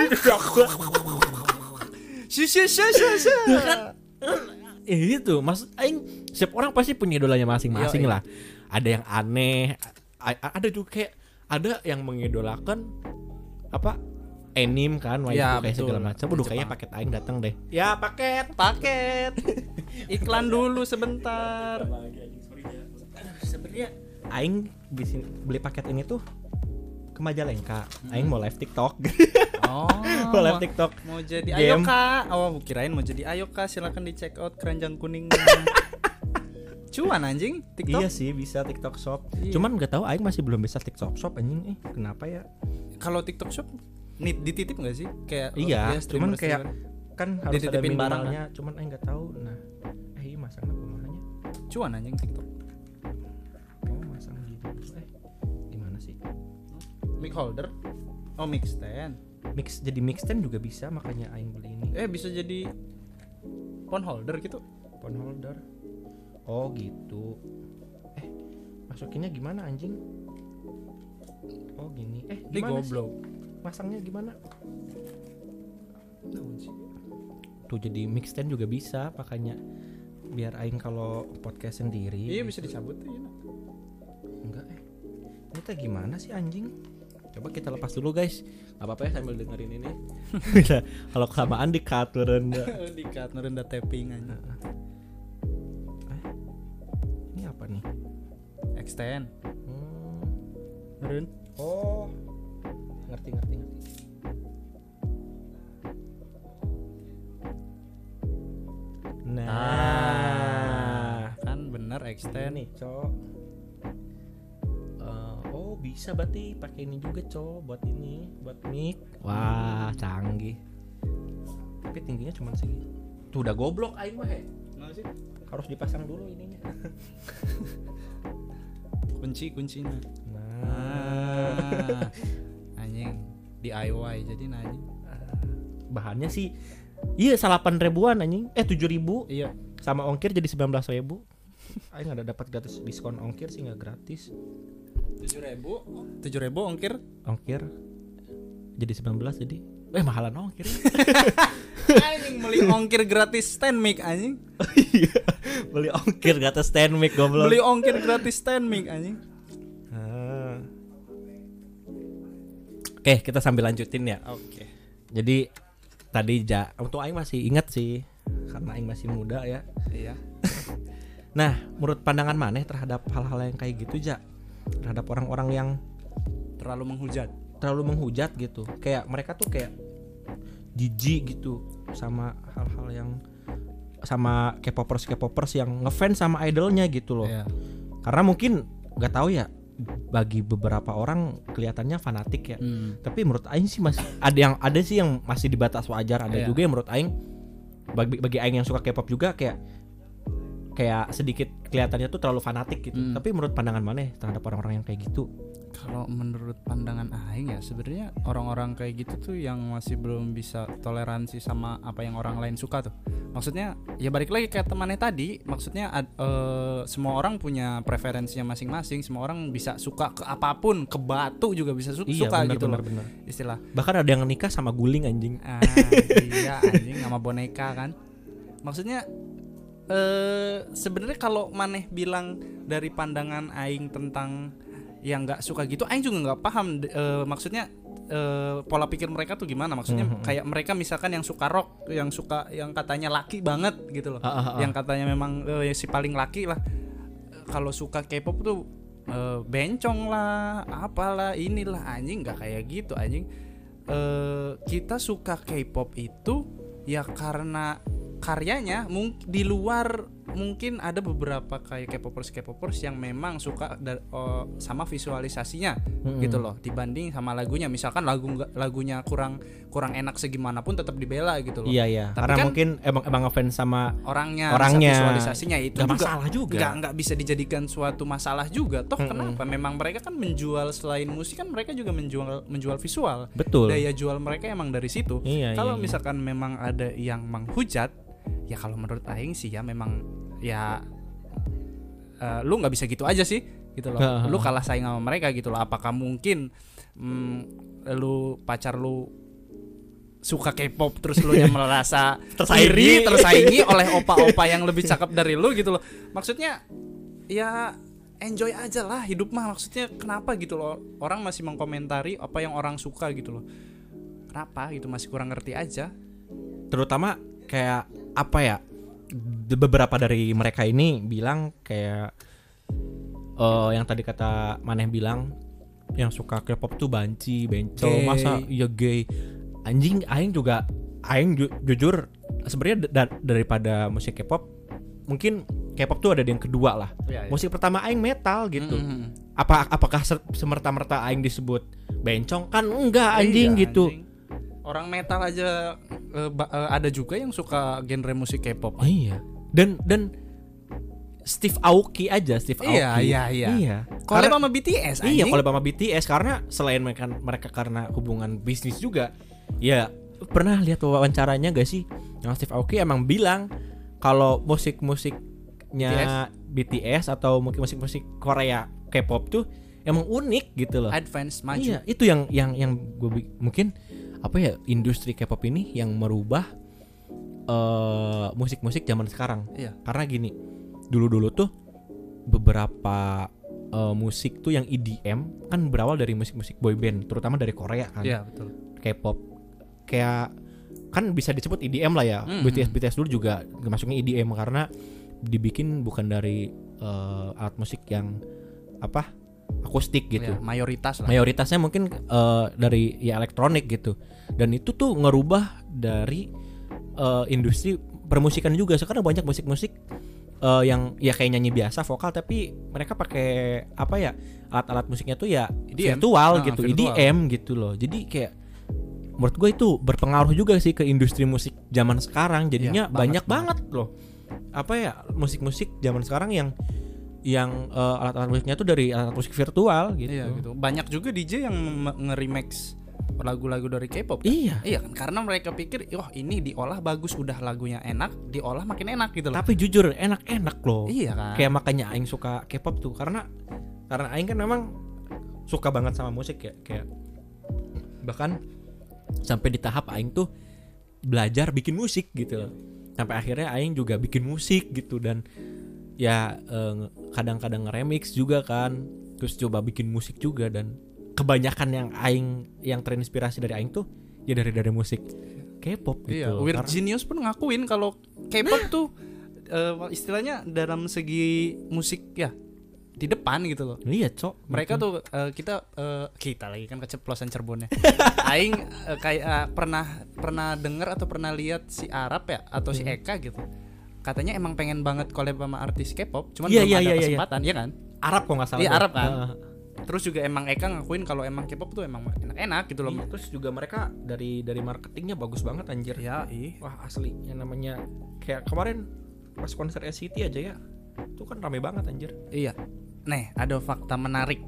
kan itu maksud aing setiap orang pasti punya idolanya masing-masing lah. Ada yang aneh, ada juga kayak ada yang mengidolakan apa anime kan, kayak segala macam. Waduh, kayaknya paket aing datang deh. Ya paket. Iklan dulu sebentar. Sebenarnya aing beli paket ini tuh ke Majalengka. Aing mau live TikTok. Mau live TikTok. Mau jadi game. ayo kak. Kirain mau jadi ayo kak. Silakan di check out keranjang kuning. Cuan anjing TikTok. Iya sih bisa TikTok Shop. Iya. Cuman nggak tahu aing masih belum bisa TikTok Shop anjing. Kenapa ya? Kalau TikTok Shop dititip nggak sih? Kayak iya, cuman kayak kan harus ada dititipin minimalnya. Cuman aing nggak tahu. Nah, masangnya kumahanya. Cuan anjing TikTok. Oh, masang gitu. Gimana sih? Mic holder. Oh, mic stand. Jadi mic stand juga bisa, makanya aing beli ini. Bisa jadi phone holder gitu. Phone holder. Oh gitu. Masukinnya gimana anjing? Oh gini. Ini Gimana goblok. sih? Masangnya gimana? Tuh jadi mix stand juga bisa, makanya biar aing kalau podcast sendiri. Iya bisa dicabut tuh ya. Enggak Ini teh gimana sih anjing? Coba kita lepas dulu guys. Gak apa-apa ya sambil dengerin ini. Kalau kelamaan di-cut rendah. Di-cut rendah tapping aja. Ini apa nih? Extend. Meren. Oh. Ngerti. Nah, kan bener extend nih, Cok. Oh, bisa berarti pakai ini juga, Cok, buat mic. Wah, canggih. Tapi tingginya cuma segini. Tuh udah goblok aing mah he. Nah sih. Harus dipasang dulu ininya. Kuncinya. Nah. Anjing DIY jadi anjing. Bahannya sih iya 8.000-an anjing. 7.000. Iya. Sama ongkir jadi 19.000. Aing ada dapat gratis diskon ongkir sih, enggak gratis. 7.000 ongkir jadi 19 jadi mahalan ongkir. Anjing beli ongkir gratis stand mic anjing. Iya. Beli ongkir gratis stand mic goblok. Beli ongkir gratis stand mic anjing. Oke, kita sambil lanjutin ya. Oke. Jadi tadi untuk aing masih ingat sih karena aing masih muda ya. Iya. Nah, menurut pandangan maneh terhadap hal-hal yang kayak gitu Ja? Terhadap orang-orang yang Terlalu menghujat gitu. Kayak mereka tuh kayak jijik gitu sama hal-hal yang sama K-popers yang ngefans sama idolnya gitu loh. Iya. Karena mungkin nggak tahu ya, bagi beberapa orang kelihatannya fanatik ya. Tapi menurut aing sih masih ada sih yang masih di batas wajar, ada juga yang menurut aing bagi aing yang suka K-pop juga kayak sedikit kelihatannya tuh terlalu fanatik gitu. Tapi menurut pandangan maneh terhadap orang-orang yang kayak gitu? Kalau menurut pandangan aing ya sebenarnya orang-orang kayak gitu tuh yang masih belum bisa toleransi sama apa yang orang lain suka tuh. Maksudnya ya balik lagi kayak temannya tadi, maksudnya semua orang punya preferensinya masing-masing, semua orang bisa suka ke apapun, ke batu juga bisa suka bener, gitu bener, loh. Bener. Istilah. Bahkan ada yang nikah sama guling anjing. Iya anjing sama boneka kan. Maksudnya sebenarnya kalau maneh bilang dari pandangan aing tentang yang nggak suka gitu, aing juga nggak paham maksudnya pola pikir mereka tuh gimana. Maksudnya kayak mereka misalkan yang suka rock, yang katanya laki banget gitu loh, yang katanya memang si paling laki lah, kalau suka K-pop tuh bencong lah, apalah inilah, anjing nggak kayak gitu anjing. Kita suka K-pop itu ya karena karyanya. Di luar mungkin ada beberapa kayak K-popers yang memang suka sama visualisasinya gitu loh, dibanding sama lagunya. Misalkan lagunya kurang enak segimanapun tetap dibela gitu loh. Iya. Tapi karena kan mungkin emang ngefans sama orangnya visualisasinya itu gak juga masalah juga. Nggak bisa dijadikan suatu masalah juga. Toh kenapa? Memang mereka kan menjual, selain musik kan mereka juga menjual visual. Betul. Daya jual mereka emang dari situ. Kalau misalkan memang ada yang menghujat, ya kalau menurut aing sih ya memang ya lu nggak bisa gitu aja sih gitu loh. Lu kalah saing sama mereka gitu loh. Apakah mungkin pacar lu suka K-pop terus lu yang merasa tersaingi oleh opa-opa yang lebih cakep dari lu gitu loh. Maksudnya ya enjoy aja lah hidup mah. Maksudnya kenapa gitu loh orang masih mengkomentari apa yang orang suka gitu loh. Kenapa gitu, masih kurang ngerti aja. Terutama kayak apa ya, beberapa dari mereka ini bilang kayak yang tadi kata Maneh bilang yang suka K-pop tuh banci, bencong, masa iya gay. Anjing, aing jujur sebenarnya daripada musik K-pop, mungkin K-pop tuh ada yang kedua lah. Musik pertama aing metal gitu. Apakah semerta-merta aing disebut bencong? Kan enggak anjing gitu. Anjing. Orang metal aja ada juga yang suka genre musik K-pop. Iya. Dan Steve Aoki. Iya. Collab sama BTS anjing. Iya, collab sama BTS karena selain mereka karena hubungan bisnis juga. Ya, pernah lihat wawancaranya gak sih? Yang Steve Aoki emang bilang kalau musik-musiknya BTS atau mungkin musik-musik Korea K-pop tuh emang unik gitu loh. Advance, maju. Iya, itu yang gue mungkin apa ya, industri K-pop ini yang merubah musik-musik zaman sekarang. Iya. Karena gini, dulu tuh beberapa musik tuh yang EDM kan berawal dari musik-musik boyband, terutama dari Korea kan. Iya, betul. K-pop kayak kan bisa disebut EDM lah ya. BTS dulu juga masuknya EDM karena dibikin bukan dari alat musik yang apa, akustik gitu. Ya, mayoritas lah. Mayoritasnya mungkin dari ya elektronik gitu. Dan itu tuh ngerubah dari industri permusikan juga. Sekarang banyak musik-musik yang ya kayak nyanyi biasa vokal, tapi mereka pakai apa ya, alat-alat musiknya tuh ya virtual gitu, virtual. EDM gitu loh. Jadi kayak menurut gue itu berpengaruh juga sih ke industri musik zaman sekarang. Jadinya ya, banyak banget loh apa ya, musik-musik zaman sekarang yang alat-alat musiknya tuh dari alat musik virtual gitu. Iya gitu. Banyak juga DJ yang nge-remix lagu-lagu dari K-pop. Iya. Iya kan, karena mereka pikir, "Wah, ini diolah bagus, udah lagunya enak, diolah makin enak gitu loh." Tapi jujur enak-enak loh. Iya kan. Kayak makanya aing suka K-pop tuh karena aing kan memang suka banget sama musik ya, kayak bahkan sampai di tahap aing tuh belajar bikin musik gitu loh. Sampai akhirnya aing juga bikin musik gitu, dan ya kadang-kadang nge-remix juga kan, terus coba bikin musik juga, dan kebanyakan yang terinspirasi dari aing tuh ya dari musik K-pop gitu. Iya, Weird Genius pun ngakuin kalau K-pop tuh istilahnya dalam segi musik ya di depan gitu loh. Iya, Cok. Mereka tuh kita lagi kan keceplosan Cirebonnya. Aing kayak pernah dengar atau pernah lihat si Arab ya atau si Eka gitu. Katanya emang pengen banget collab sama artis K-pop, cuman belum ada kesempatan, ya kan? Arab kok nggak salah. Iya, Arab kan. Terus juga emang Eka ngakuin kalau emang K-pop tuh emang enak-enak gitu loh. Iya, terus juga mereka dari marketingnya bagus banget anjir. Ya, wah asli yang namanya kayak kemarin pas konser NCT aja ya. Itu kan rame banget anjir. Iya. Nih, ada fakta menarik.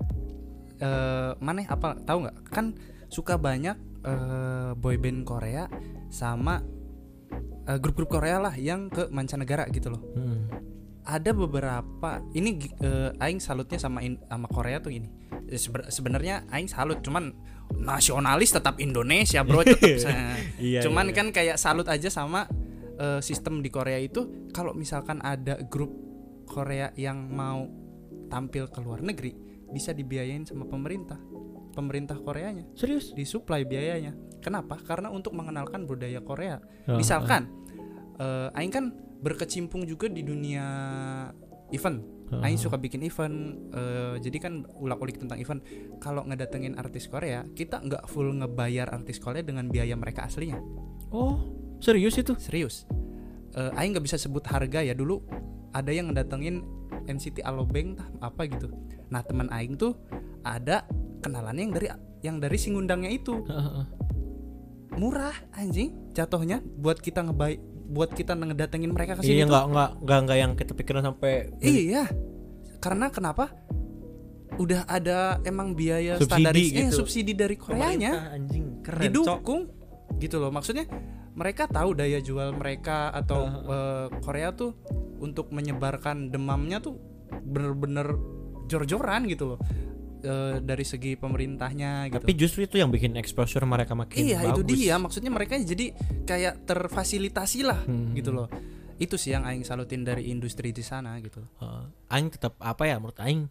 Mana apa tahu nggak? Kan suka banyak boyband Korea sama grup-grup Korea lah yang ke mancanegara gitu loh. Ada beberapa ini aing salutnya sama Korea tuh ini. Sebenarnya aing salut, cuman nasionalis tetap Indonesia, bro, tetap. Cuman kan kayak salut aja sama sistem di Korea itu, kalau misalkan ada grup Korea yang mau tampil ke luar negeri bisa dibiayain sama pemerintah Koreanya. Serius? Disuplai biayanya. Kenapa? Karena untuk mengenalkan budaya Korea. Misalkan aing kan berkecimpung juga di dunia event. Aing suka bikin event, jadi kan ulak-ulik tentang event. Kalau ngedatengin artis Korea, kita nggak full ngebayar artis Korea dengan biaya mereka aslinya. Oh, serius itu? Serius. Aing nggak bisa sebut harga ya. Dulu ada yang ngedatengin NCT Alobank apa gitu. Nah, teman Aing tuh ada kenalannya yang dari si ngundangnya itu. Murah anjing jatuhnya buat kita ngedatengin mereka ke sini. Iya, enggak yang kita pikirin sampai. Iya. Karena kenapa? Udah ada emang biaya subsidi standarisnya, subsidi dari Koreanya. Anjing, keren, didukung gitu loh. Maksudnya mereka tahu daya jual mereka atau Korea tuh untuk menyebarkan demamnya tuh bener-bener jor-joran gitu loh. Dari segi pemerintahnya gitu. Tapi justru itu yang bikin exposure mereka makin bagus. Itu dia, maksudnya mereka jadi kayak terfasilitasi lah gitu loh. Itu sih yang aing salutin dari industri di sana gitu. Aing tetap apa ya, menurut aing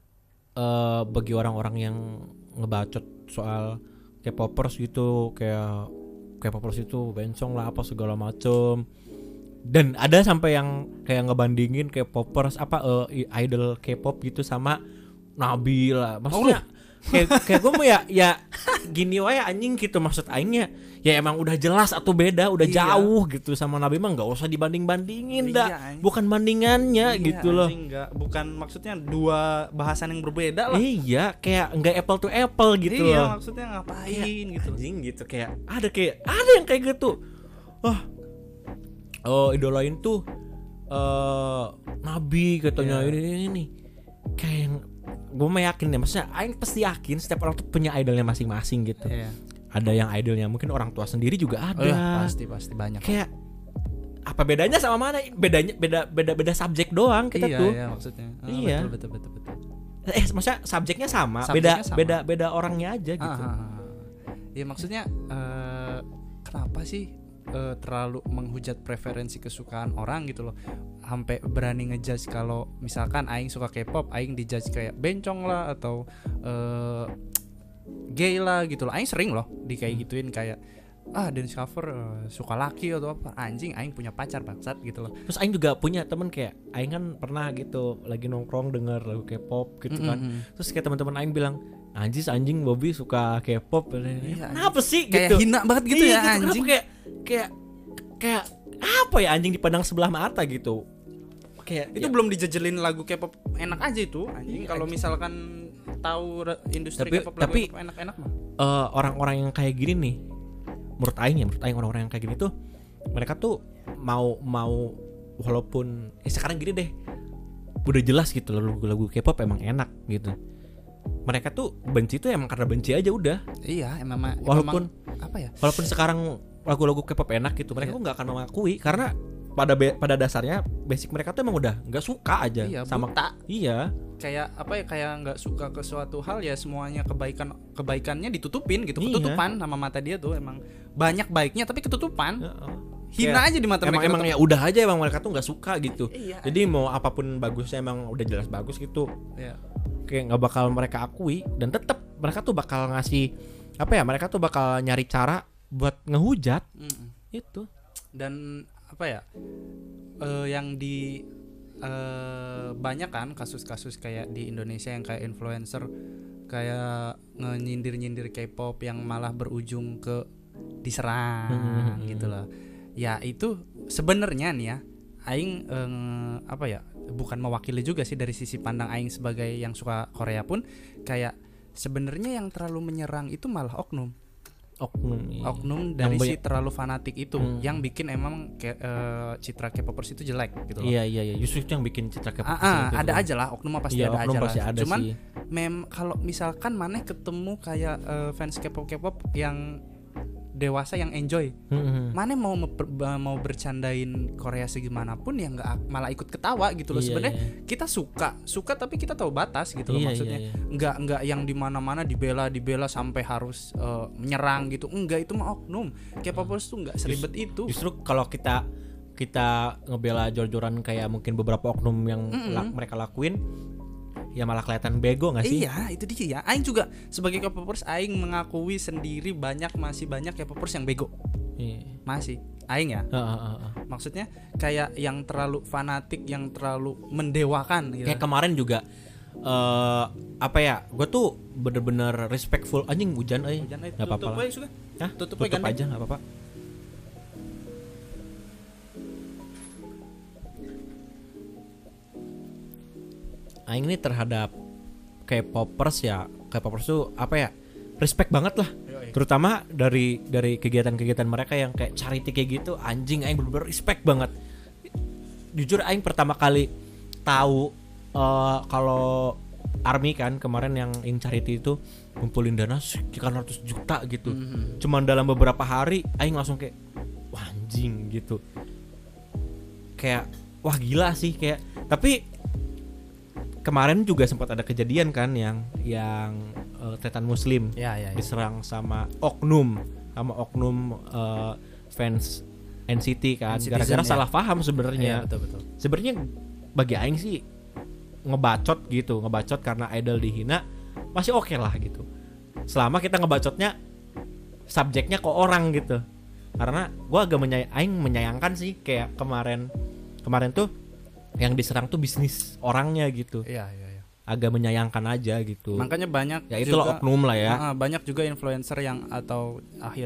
bagi orang-orang yang ngebacot soal K-popers gitu, kayak K-popers itu bencong lah apa segala macem. Dan ada sampai yang kayak ngebandingin K-popers idol K-pop gitu sama Nabi lah, maksudnya kayak gue mau ya gini wae anjing gitu, maksud aingnya ya emang udah jelas atau beda udah jauh gitu sama Nabi mah nggak usah dibanding-bandingin dah, bukan bandingannya gitu loh. Enggak, bukan maksudnya dua bahasan yang berbeda lah. Iya, kayak nggak apple to apple gitu loh. Iya, maksudnya ngapain gitu anjing gitu, kayak ada yang kayak gitu. Idolain tuh Nabi katanya ini kayak yang gue mah yakin deh, maksudnya aing pasti yakin setiap orang tuh punya idolnya masing-masing gitu. Ada yang idolnya mungkin orang tua sendiri juga ada. Pasti banyak. Kayak apa bedanya sama mana? Beda subjek doang kita tuh. Iya, maksudnya. Betul. Maksudnya subjeknya sama, beda orangnya aja gitu. Iya, maksudnya kenapa sih terlalu menghujat preferensi kesukaan orang gitu loh, sampai berani ngejudge kalau misalkan aing suka K-pop, aing dijudge kayak bencong lah atau gay lah gitu loh. Aing sering loh kayak gituin kayak dance cover suka laki atau apa, anjing aing punya pacar bangsat gitu loh. Terus aing juga punya temen kayak aing kan pernah gitu lagi nongkrong denger lagu K-pop gitu kan. Terus kayak teman-teman aing bilang, anjing Bobby suka K-pop. Kenapa sih kayak gitu? hina banget gitu ya gitu, anjing. Kayak apa ya anjing dipandang sebelah mata gitu. Kayak itu belum dijejelin lagu K-pop enak aja itu anjing. Kalau misalkan tahu industri K-pop lagu K-pop enak-enak mah. Orang-orang yang kayak gini nih, menurut aing orang-orang yang kayak gini tuh mereka tuh mau walaupun sekarang gini deh, udah jelas gitu lagu K-pop emang enak gitu. Mereka tuh benci tuh emang karena benci aja udah. Iya, emang walaupun apa ya? Walaupun sekarang lagu-lagu K-pop enak gitu, mereka tuh nggak akan mengakui karena pada dasarnya basic mereka tuh emang udah nggak suka aja sama buta. Iya. Kayak apa ya? Kayak nggak suka ke suatu hal ya semuanya kebaikannya ditutupin gitu, ketutupan sama mata dia tuh emang banyak baiknya tapi ketutupan. Hina aja di mata mereka. Emang ya udah aja emang mereka tuh nggak suka gitu. Jadi mau apapun bagusnya emang udah jelas bagus gitu. Iya. Kayak nggak bakal mereka akui dan tetap mereka tuh bakal ngasih apa ya? Mereka tuh bakal nyari cara buat ngehujat. Itu. Dan apa ya? Yang di banyak kan kasus-kasus kayak di Indonesia yang kayak influencer kayak nyindir K-pop yang malah berujung ke diserang gitu loh. Ya itu sebenarnya nih ya, aing apa ya? Bukan mewakili juga sih dari sisi pandang aing sebagai yang suka Korea pun, kayak sebenarnya yang terlalu menyerang itu malah oknum dari si terlalu fanatik itu yang bikin emang citra K-popers itu jelek gitu loh. Iya justru itu yang bikin citra K-popers ada aja lah oknum pasti ada oknum aja pasti lah. ada Cuman sih. Kalau misalkan maneh ketemu kayak fans K-pop yang dewasa yang enjoy, mana mau bercandain Korea segimanapun ya nggak, malah ikut ketawa gitu loh. Sebenarnya kita suka tapi kita tahu batas gitu loh, maksudnya nggak yang dimana-mana dibela sampai harus menyerang gitu, enggak, itu mah oknum. K-popers tuh nggak seribet itu. Justru kalau kita ngebela jor-joran kayak mungkin beberapa oknum yang mereka lakuin, ya malah kelihatan bego nggak sih? Iya, itu dia ya. Aing juga sebagai K-popers, aing mengakui sendiri masih banyak K-popers yang bego. Iya. Masih, aing ya. Maksudnya kayak yang terlalu fanatik, yang terlalu mendewakan gitu. Kayak kemarin juga apa ya? Gue tuh bener-bener respectful. Anjing hujan nggak apa-apa lah. Tutup aja nggak apa-apa. Aing ini terhadap K-popers tuh apa ya, respect banget lah. Terutama dari kegiatan-kegiatan mereka yang kayak charity kayak gitu, anjing Aing bener-bener respect banget. Jujur Aing pertama kali tahu kalau ARMY kan kemarin yang charity itu ngumpulin dana sekitar 100 juta gitu. Cuman dalam beberapa hari Aing langsung kayak wah anjing gitu. Kayak wah gila sih kayak. Tapi kemarin juga sempat ada kejadian kan yang Tretan Muslim diserang sama oknum fans NCT kan, gara-gara salah paham sebenarnya. Betul. Sebenarnya bagi aing sih ngebacot karena idol dihina masih oke lah gitu. Selama kita ngebacotnya subjeknya ke orang gitu. Karena gua agak menyayangkan sih kayak kemarin tuh yang diserang tuh bisnis orangnya gitu. Iya. Agak menyayangkan aja gitu. Makanya banyak ya itulah oknum lah ya. Banyak juga influencer atau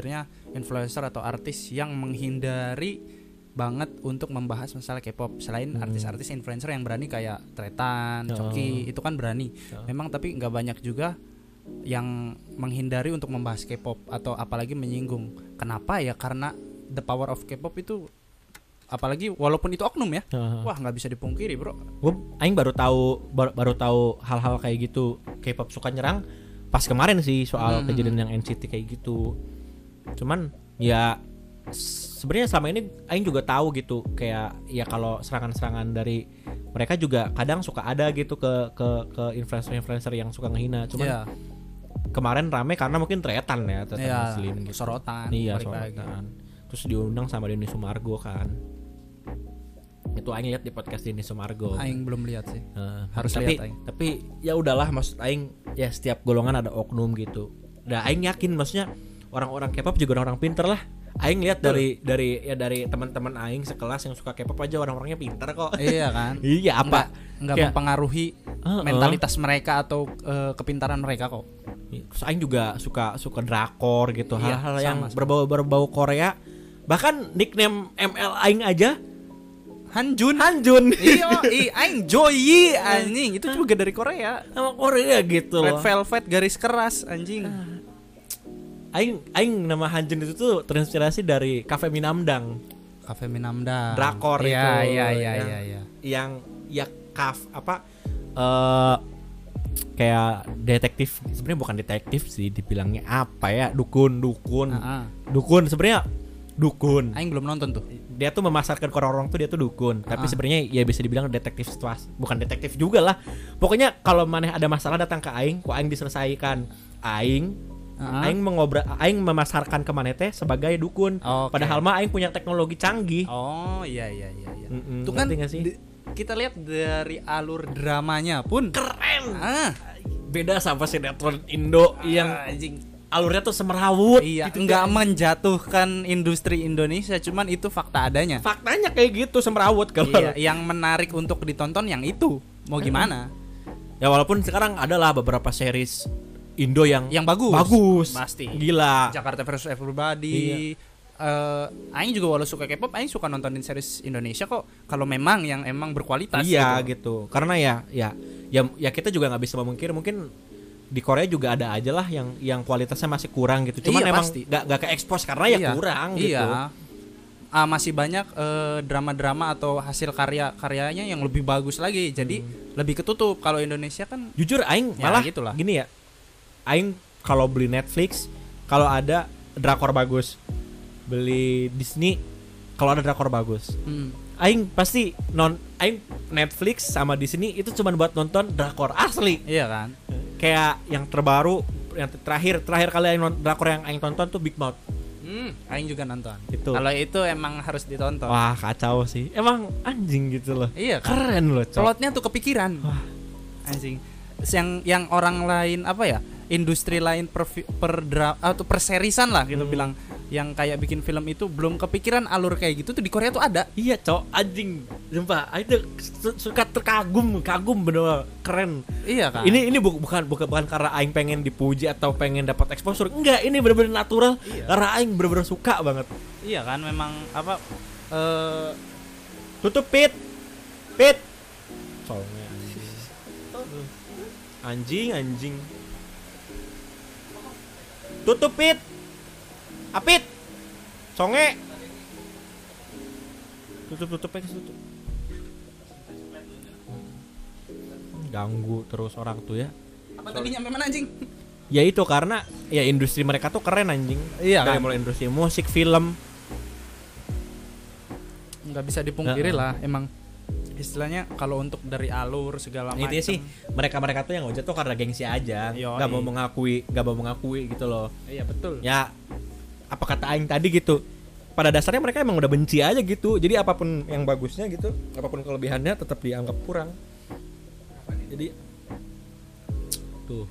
artis yang menghindari banget untuk membahas masalah K-pop. Selain artis-artis influencer yang berani kayak Tretan, Choki, itu kan berani. Memang tapi nggak banyak juga yang menghindari untuk membahas K-pop atau apalagi menyinggung. Kenapa ya? Karena the power of K-pop itu, apalagi walaupun itu oknum ya, wah nggak bisa dipungkiri bro. Gue aing baru tahu hal-hal kayak gitu, K-pop suka nyerang pas kemarin sih soal kejadian yang NCT kayak gitu. Cuman ya sebenarnya selama ini aing juga tahu gitu, kayak ya kalau serangan-serangan dari mereka juga kadang suka ada gitu ke influencer yang suka ngehina. Cuman kemarin rame karena mungkin Tretan Muslim gitu. Sorotan. Terus diundang sama Denny Sumargo kan. Itu aing lihat di podcast Denny Sumargo. Aing belum lihat sih. Harus lihat aing. Tapi ya udahlah, maksud aing ya setiap golongan ada oknum gitu. Nah, aing yakin maksudnya orang-orang K-pop juga orang pinter lah. Aing lihat dari teman-teman aing sekelas yang suka K-pop aja orang-orangnya pinter kok. Iya kan? Iya, apa? Enggak mempengaruhi mentalitas mereka atau kepintaran mereka kok. Terus aing juga suka drakor gitu, hal-hal yang berbau Korea. Bahkan nickname ML aing aja Hanjun. Iya, aing Joyi anjing. Itu juga dari Korea. Sama Korea gitu Red loh. Velvet garis keras anjing. Aing nama Hanjun itu tuh terinspirasi dari Cafe Minamdang. Drakor itu. Iya. Yang ya kayak detektif, sebenarnya bukan detektif sih, dibilangnya apa ya, dukun sebenarnya dukun. Aing belum nonton tuh. Dia tuh memasarkan ke orang-orang tuh dia tuh dukun, tapi sebenarnya ya bisa dibilang detektif situasi, bukan detektif juga lah. Pokoknya kalau maneh ada masalah datang ke aing, ku aing diselesaikan. Aing memasarkan ke maneh teh sebagai dukun. Padahal mah aing punya teknologi canggih. Oh iya. Itu kan kita lihat dari alur dramanya pun keren. beda sama sinetron Indo yang anjing. alurnya tuh semerawut. Iya, gitu nggak kan. menjatuhkan industri Indonesia, cuman itu fakta adanya. Faktanya kayak gitu semerawut kalau. Iya, yang menarik untuk ditonton yang itu. Mau gimana? Ya walaupun sekarang adalah beberapa series Indo yang bagus. Bagus. Pasti. Gila. Jakarta versus Everybody. Aing juga walau suka K-pop, Aing suka nontonin series Indonesia kok. Kalau memang yang emang berkualitas. Iya gitu. Karena ya kita juga nggak bisa memungkiri mungkin di Korea juga ada aja lah yang kualitasnya masih kurang gitu. Cuman Iya, emang pasti. nggak ke expose karena ya Iya. kurang gitu. Iya. Masih banyak drama-drama atau hasil karyanya yang lebih bagus lagi. Jadi lebih ketutup. Kalau Indonesia kan Jujur aing Ya, malah gitulah. gini ya. Aing kalau beli Netflix kalau ada drakor bagus. Beli Disney kalau ada drakor bagus. Aing pasti aing Netflix sama Disney itu cuma buat nonton drakor asli. iya kan? Kayak yang terbaru yang terakhir kali aing drakor yang aing tonton tuh Big Mouth. Aing juga nonton. Itu. Kalau itu emang harus ditonton. Wah, kacau sih. Emang anjing gitu loh. Iya kan? Keren loh, Cok. Plotnya tuh kepikiran. Wah. Anjing. Yang orang lain apa ya? Industri lain atau perserisan lah gitu bilang, yang kayak bikin film itu belum kepikiran alur kayak gitu tuh di Korea tuh ada. Iya, Cok. Anjing. Sumpah, aing tuh suka kagum bener keren. Iya kan? Ini bukan karena aing pengen dipuji atau pengen dapat exposure. Enggak, ini bener-bener natural. Iya. Karena aing bener-bener suka banget. Iya kan, memang apa Tutup Pit. Soalnya anjing. Tutup Pit. Apit. Songe. Tutup. Ganggu terus orang tuh ya. apa tadi nyampe mana anjing? Ya itu karena ya industri mereka tuh keren anjing. Iya Dari kan? mulai industri musik, film. Nggak bisa dipungkiri lah, emang istilahnya kalau untuk dari alur segala macam. Intinya sih mereka tuh yang ngojek tuh karena gengsi aja. Yoi. Gak mau mengakui gitu loh. Iya betul. Ya apa kata aing tadi gitu. Pada dasarnya mereka emang udah benci aja gitu. Jadi apapun yang bagusnya gitu, apapun kelebihannya tetap dianggap kurang. Jadi tuh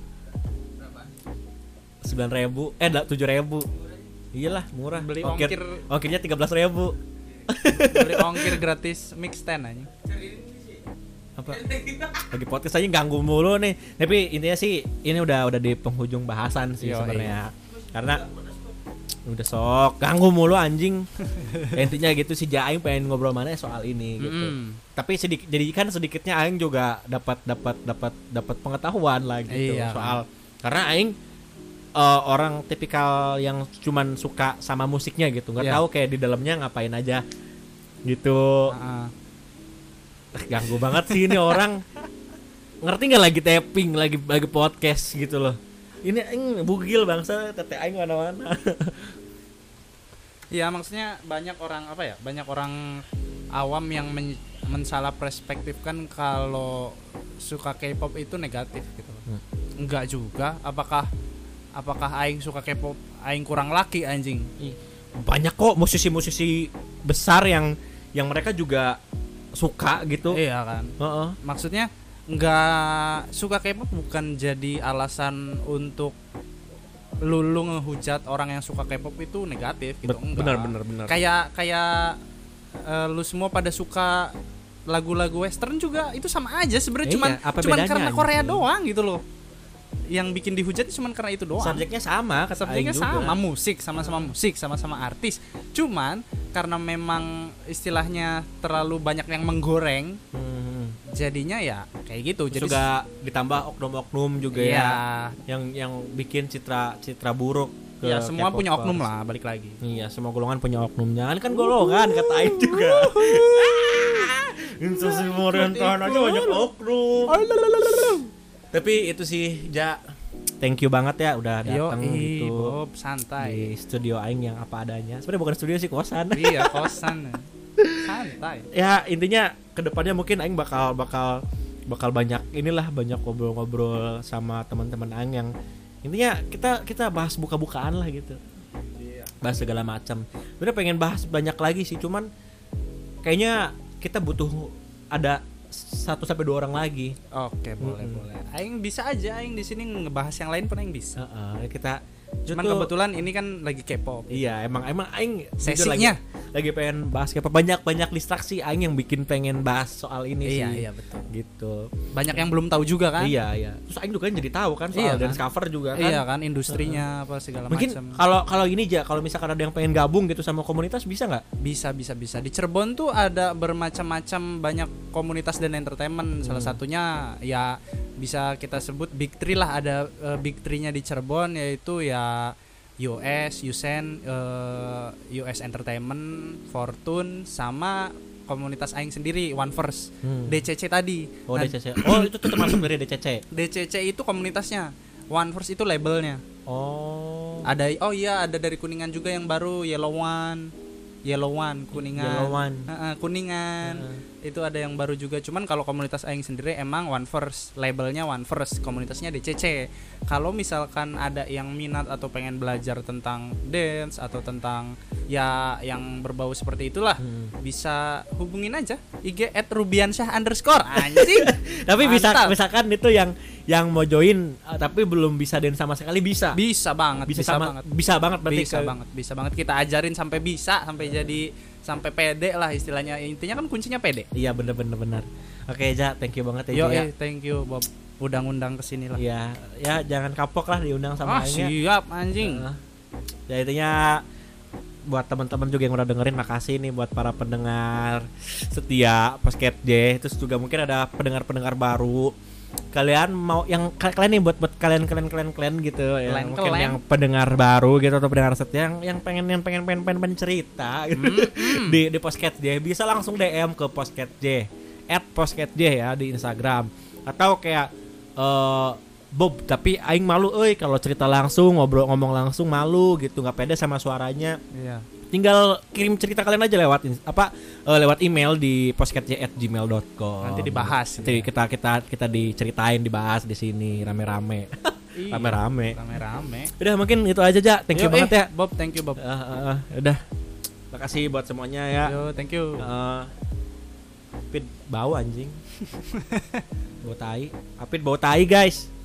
9.000 7.000. Iyalah murah. Beli ongkirnya 13.000. Beli ongkir gratis mix stand aja. Apa? Lagi podcast aja ganggu mulu nih. Tapi intinya sih ini udah di penghujung bahasan sih sebenarnya. Karena udah sok ganggu mulu anjing. Intinya gitu sih, Aing pengen ngobrol mana soal ini gitu. Tapi jadi kan sedikitnya Aing juga dapat pengetahuan lah gitu Iya. soal karena Aing orang tipikal yang cuman suka sama musiknya gitu, nggak tahu kayak di dalamnya ngapain aja gitu. Ganggu banget sih ini orang. Ngerti nggak lagi tapping, lagi podcast gitu loh. Ini bugil bangsa, tete aing mana-mana. Iya, maksudnya banyak orang awam yang mensalah perspektifkan kalau suka K-pop itu negatif gitu. Enggak juga. Apakah aing suka K-pop aing kurang laki anjing? Banyak kok musisi-musisi besar yang mereka juga suka gitu. Iya kan. Maksudnya nggak suka K-pop bukan jadi alasan untuk lu ngehujat orang yang suka K-pop itu negatif gitu. Enggak. Benar. Kayak lu semua pada suka lagu-lagu western juga itu sama aja sebenarnya, cuman karena Korea doang gitu loh. Yang bikin dihujat cuman karena itu doang. Subjeknya sama, Subjeknya sama, musik, sama-sama artis. Cuman karena memang istilahnya terlalu banyak yang menggoreng, jadinya ya kayak gitu. Jadi juga ditambah oknum-oknum juga ya yang bikin citra buruk ke ya semua K-popers. punya oknum lah, balik lagi. Iya, semua golongan punya oknumnya. Kan golongan kata Aing juga. Instansi pemerintahan aja banyak oknum. Tapi itu sih, Ja, thank you banget ya udah datang gitu. Bob, santai. Di studio Aing yang apa adanya. Sebenarnya bukan studio sih, kosan. Iya, kosan. Santai. Ya intinya kedepannya mungkin Aing bakal banyak banyak ngobrol-ngobrol sama teman-teman Aing yang intinya kita bahas buka-bukaan lah gitu. Bahas segala macam. Sebenarnya pengen bahas banyak lagi sih, cuman kayaknya kita butuh ada 1 sampai 2 orang lagi. Oke, boleh. Aing bisa aja aing di sini ngebahas yang lain pun aing bisa. Kita Cuman kebetulan ini kan lagi K-pop. Iya, emang aing sesinya lagi pengen bahas K-pop, banyak distraksi aing yang bikin pengen bahas soal ini sih. Iya, betul. Gitu. Banyak yang belum tahu juga kan? Iya. Terus aing juga kan jadi tahu kan soal dance cover juga kan. Iya kan, industrinya apa segala macam. Mungkin kalau ini aja, kalau misalkan ada yang pengen gabung gitu sama komunitas bisa nggak? Bisa. Di Cirebon tuh ada bermacam-macam banyak komunitas dan entertainment. Salah satunya ya bisa kita sebut Big Three lah, ada Big Three-nya di Cirebon, yaitu ya Yusen, US Entertainment, Fortune, sama komunitas aing sendiri One First, DCC tadi. DCC. Oh, itu tuh termasuk dari DCC. DCC itu komunitasnya, One First itu labelnya. Oh. Ada dari Kuningan juga yang baru Yellow One Kuningan. Kuningan. Itu ada yang baru juga. Cuman kalau komunitas aing sendiri emang One First, labelnya One First, komunitasnya DCC. Kalau misalkan ada yang minat atau pengen belajar tentang dance atau tentang ya yang berbau seperti itulah, bisa hubungin aja IG @rubiansyah_ anjing. Tapi misalkan itu yang mau join tapi belum bisa dance sama sekali, bisa banget berarti bisa banget kita ajarin sampai bisa, sampai pede lah istilahnya. Intinya kan kuncinya pede. Iya, bener. Oke, Ja, thank you banget ya. Thank you Bob, undang kesini lah. Ya jangan kapok lah diundang sama Aingnya. Siap anjing. Ya intinya buat teman-teman juga yang udah dengerin, makasih nih buat para pendengar setia Podcast J. Terus juga mungkin ada pendengar baru. Kalian mau yang kalian nih buat kalian gitu ya, mungkin yang pendengar baru gitu atau pendengar setia yang pengen cerita gitu. di Podcast J bisa langsung DM ke Podcast J @podcastj ya di Instagram, atau kayak Bob tapi aing malu kalau cerita langsung, ngomong langsung malu gitu, nggak pede sama suaranya. Iya. Tinggal kirim cerita kalian aja lewat email di podcastj@gmail.com. Nanti dibahas. Nanti kita diceritain, dibahas di sini rame-rame. Rame-rame. Udah mungkin itu aja, Ja. Thank you banget ya. Bob, thank you Bob. Udah. Makasih buat semuanya ya. Thank you. Apit bau anjing. Bau tai. Apit bau tai, guys.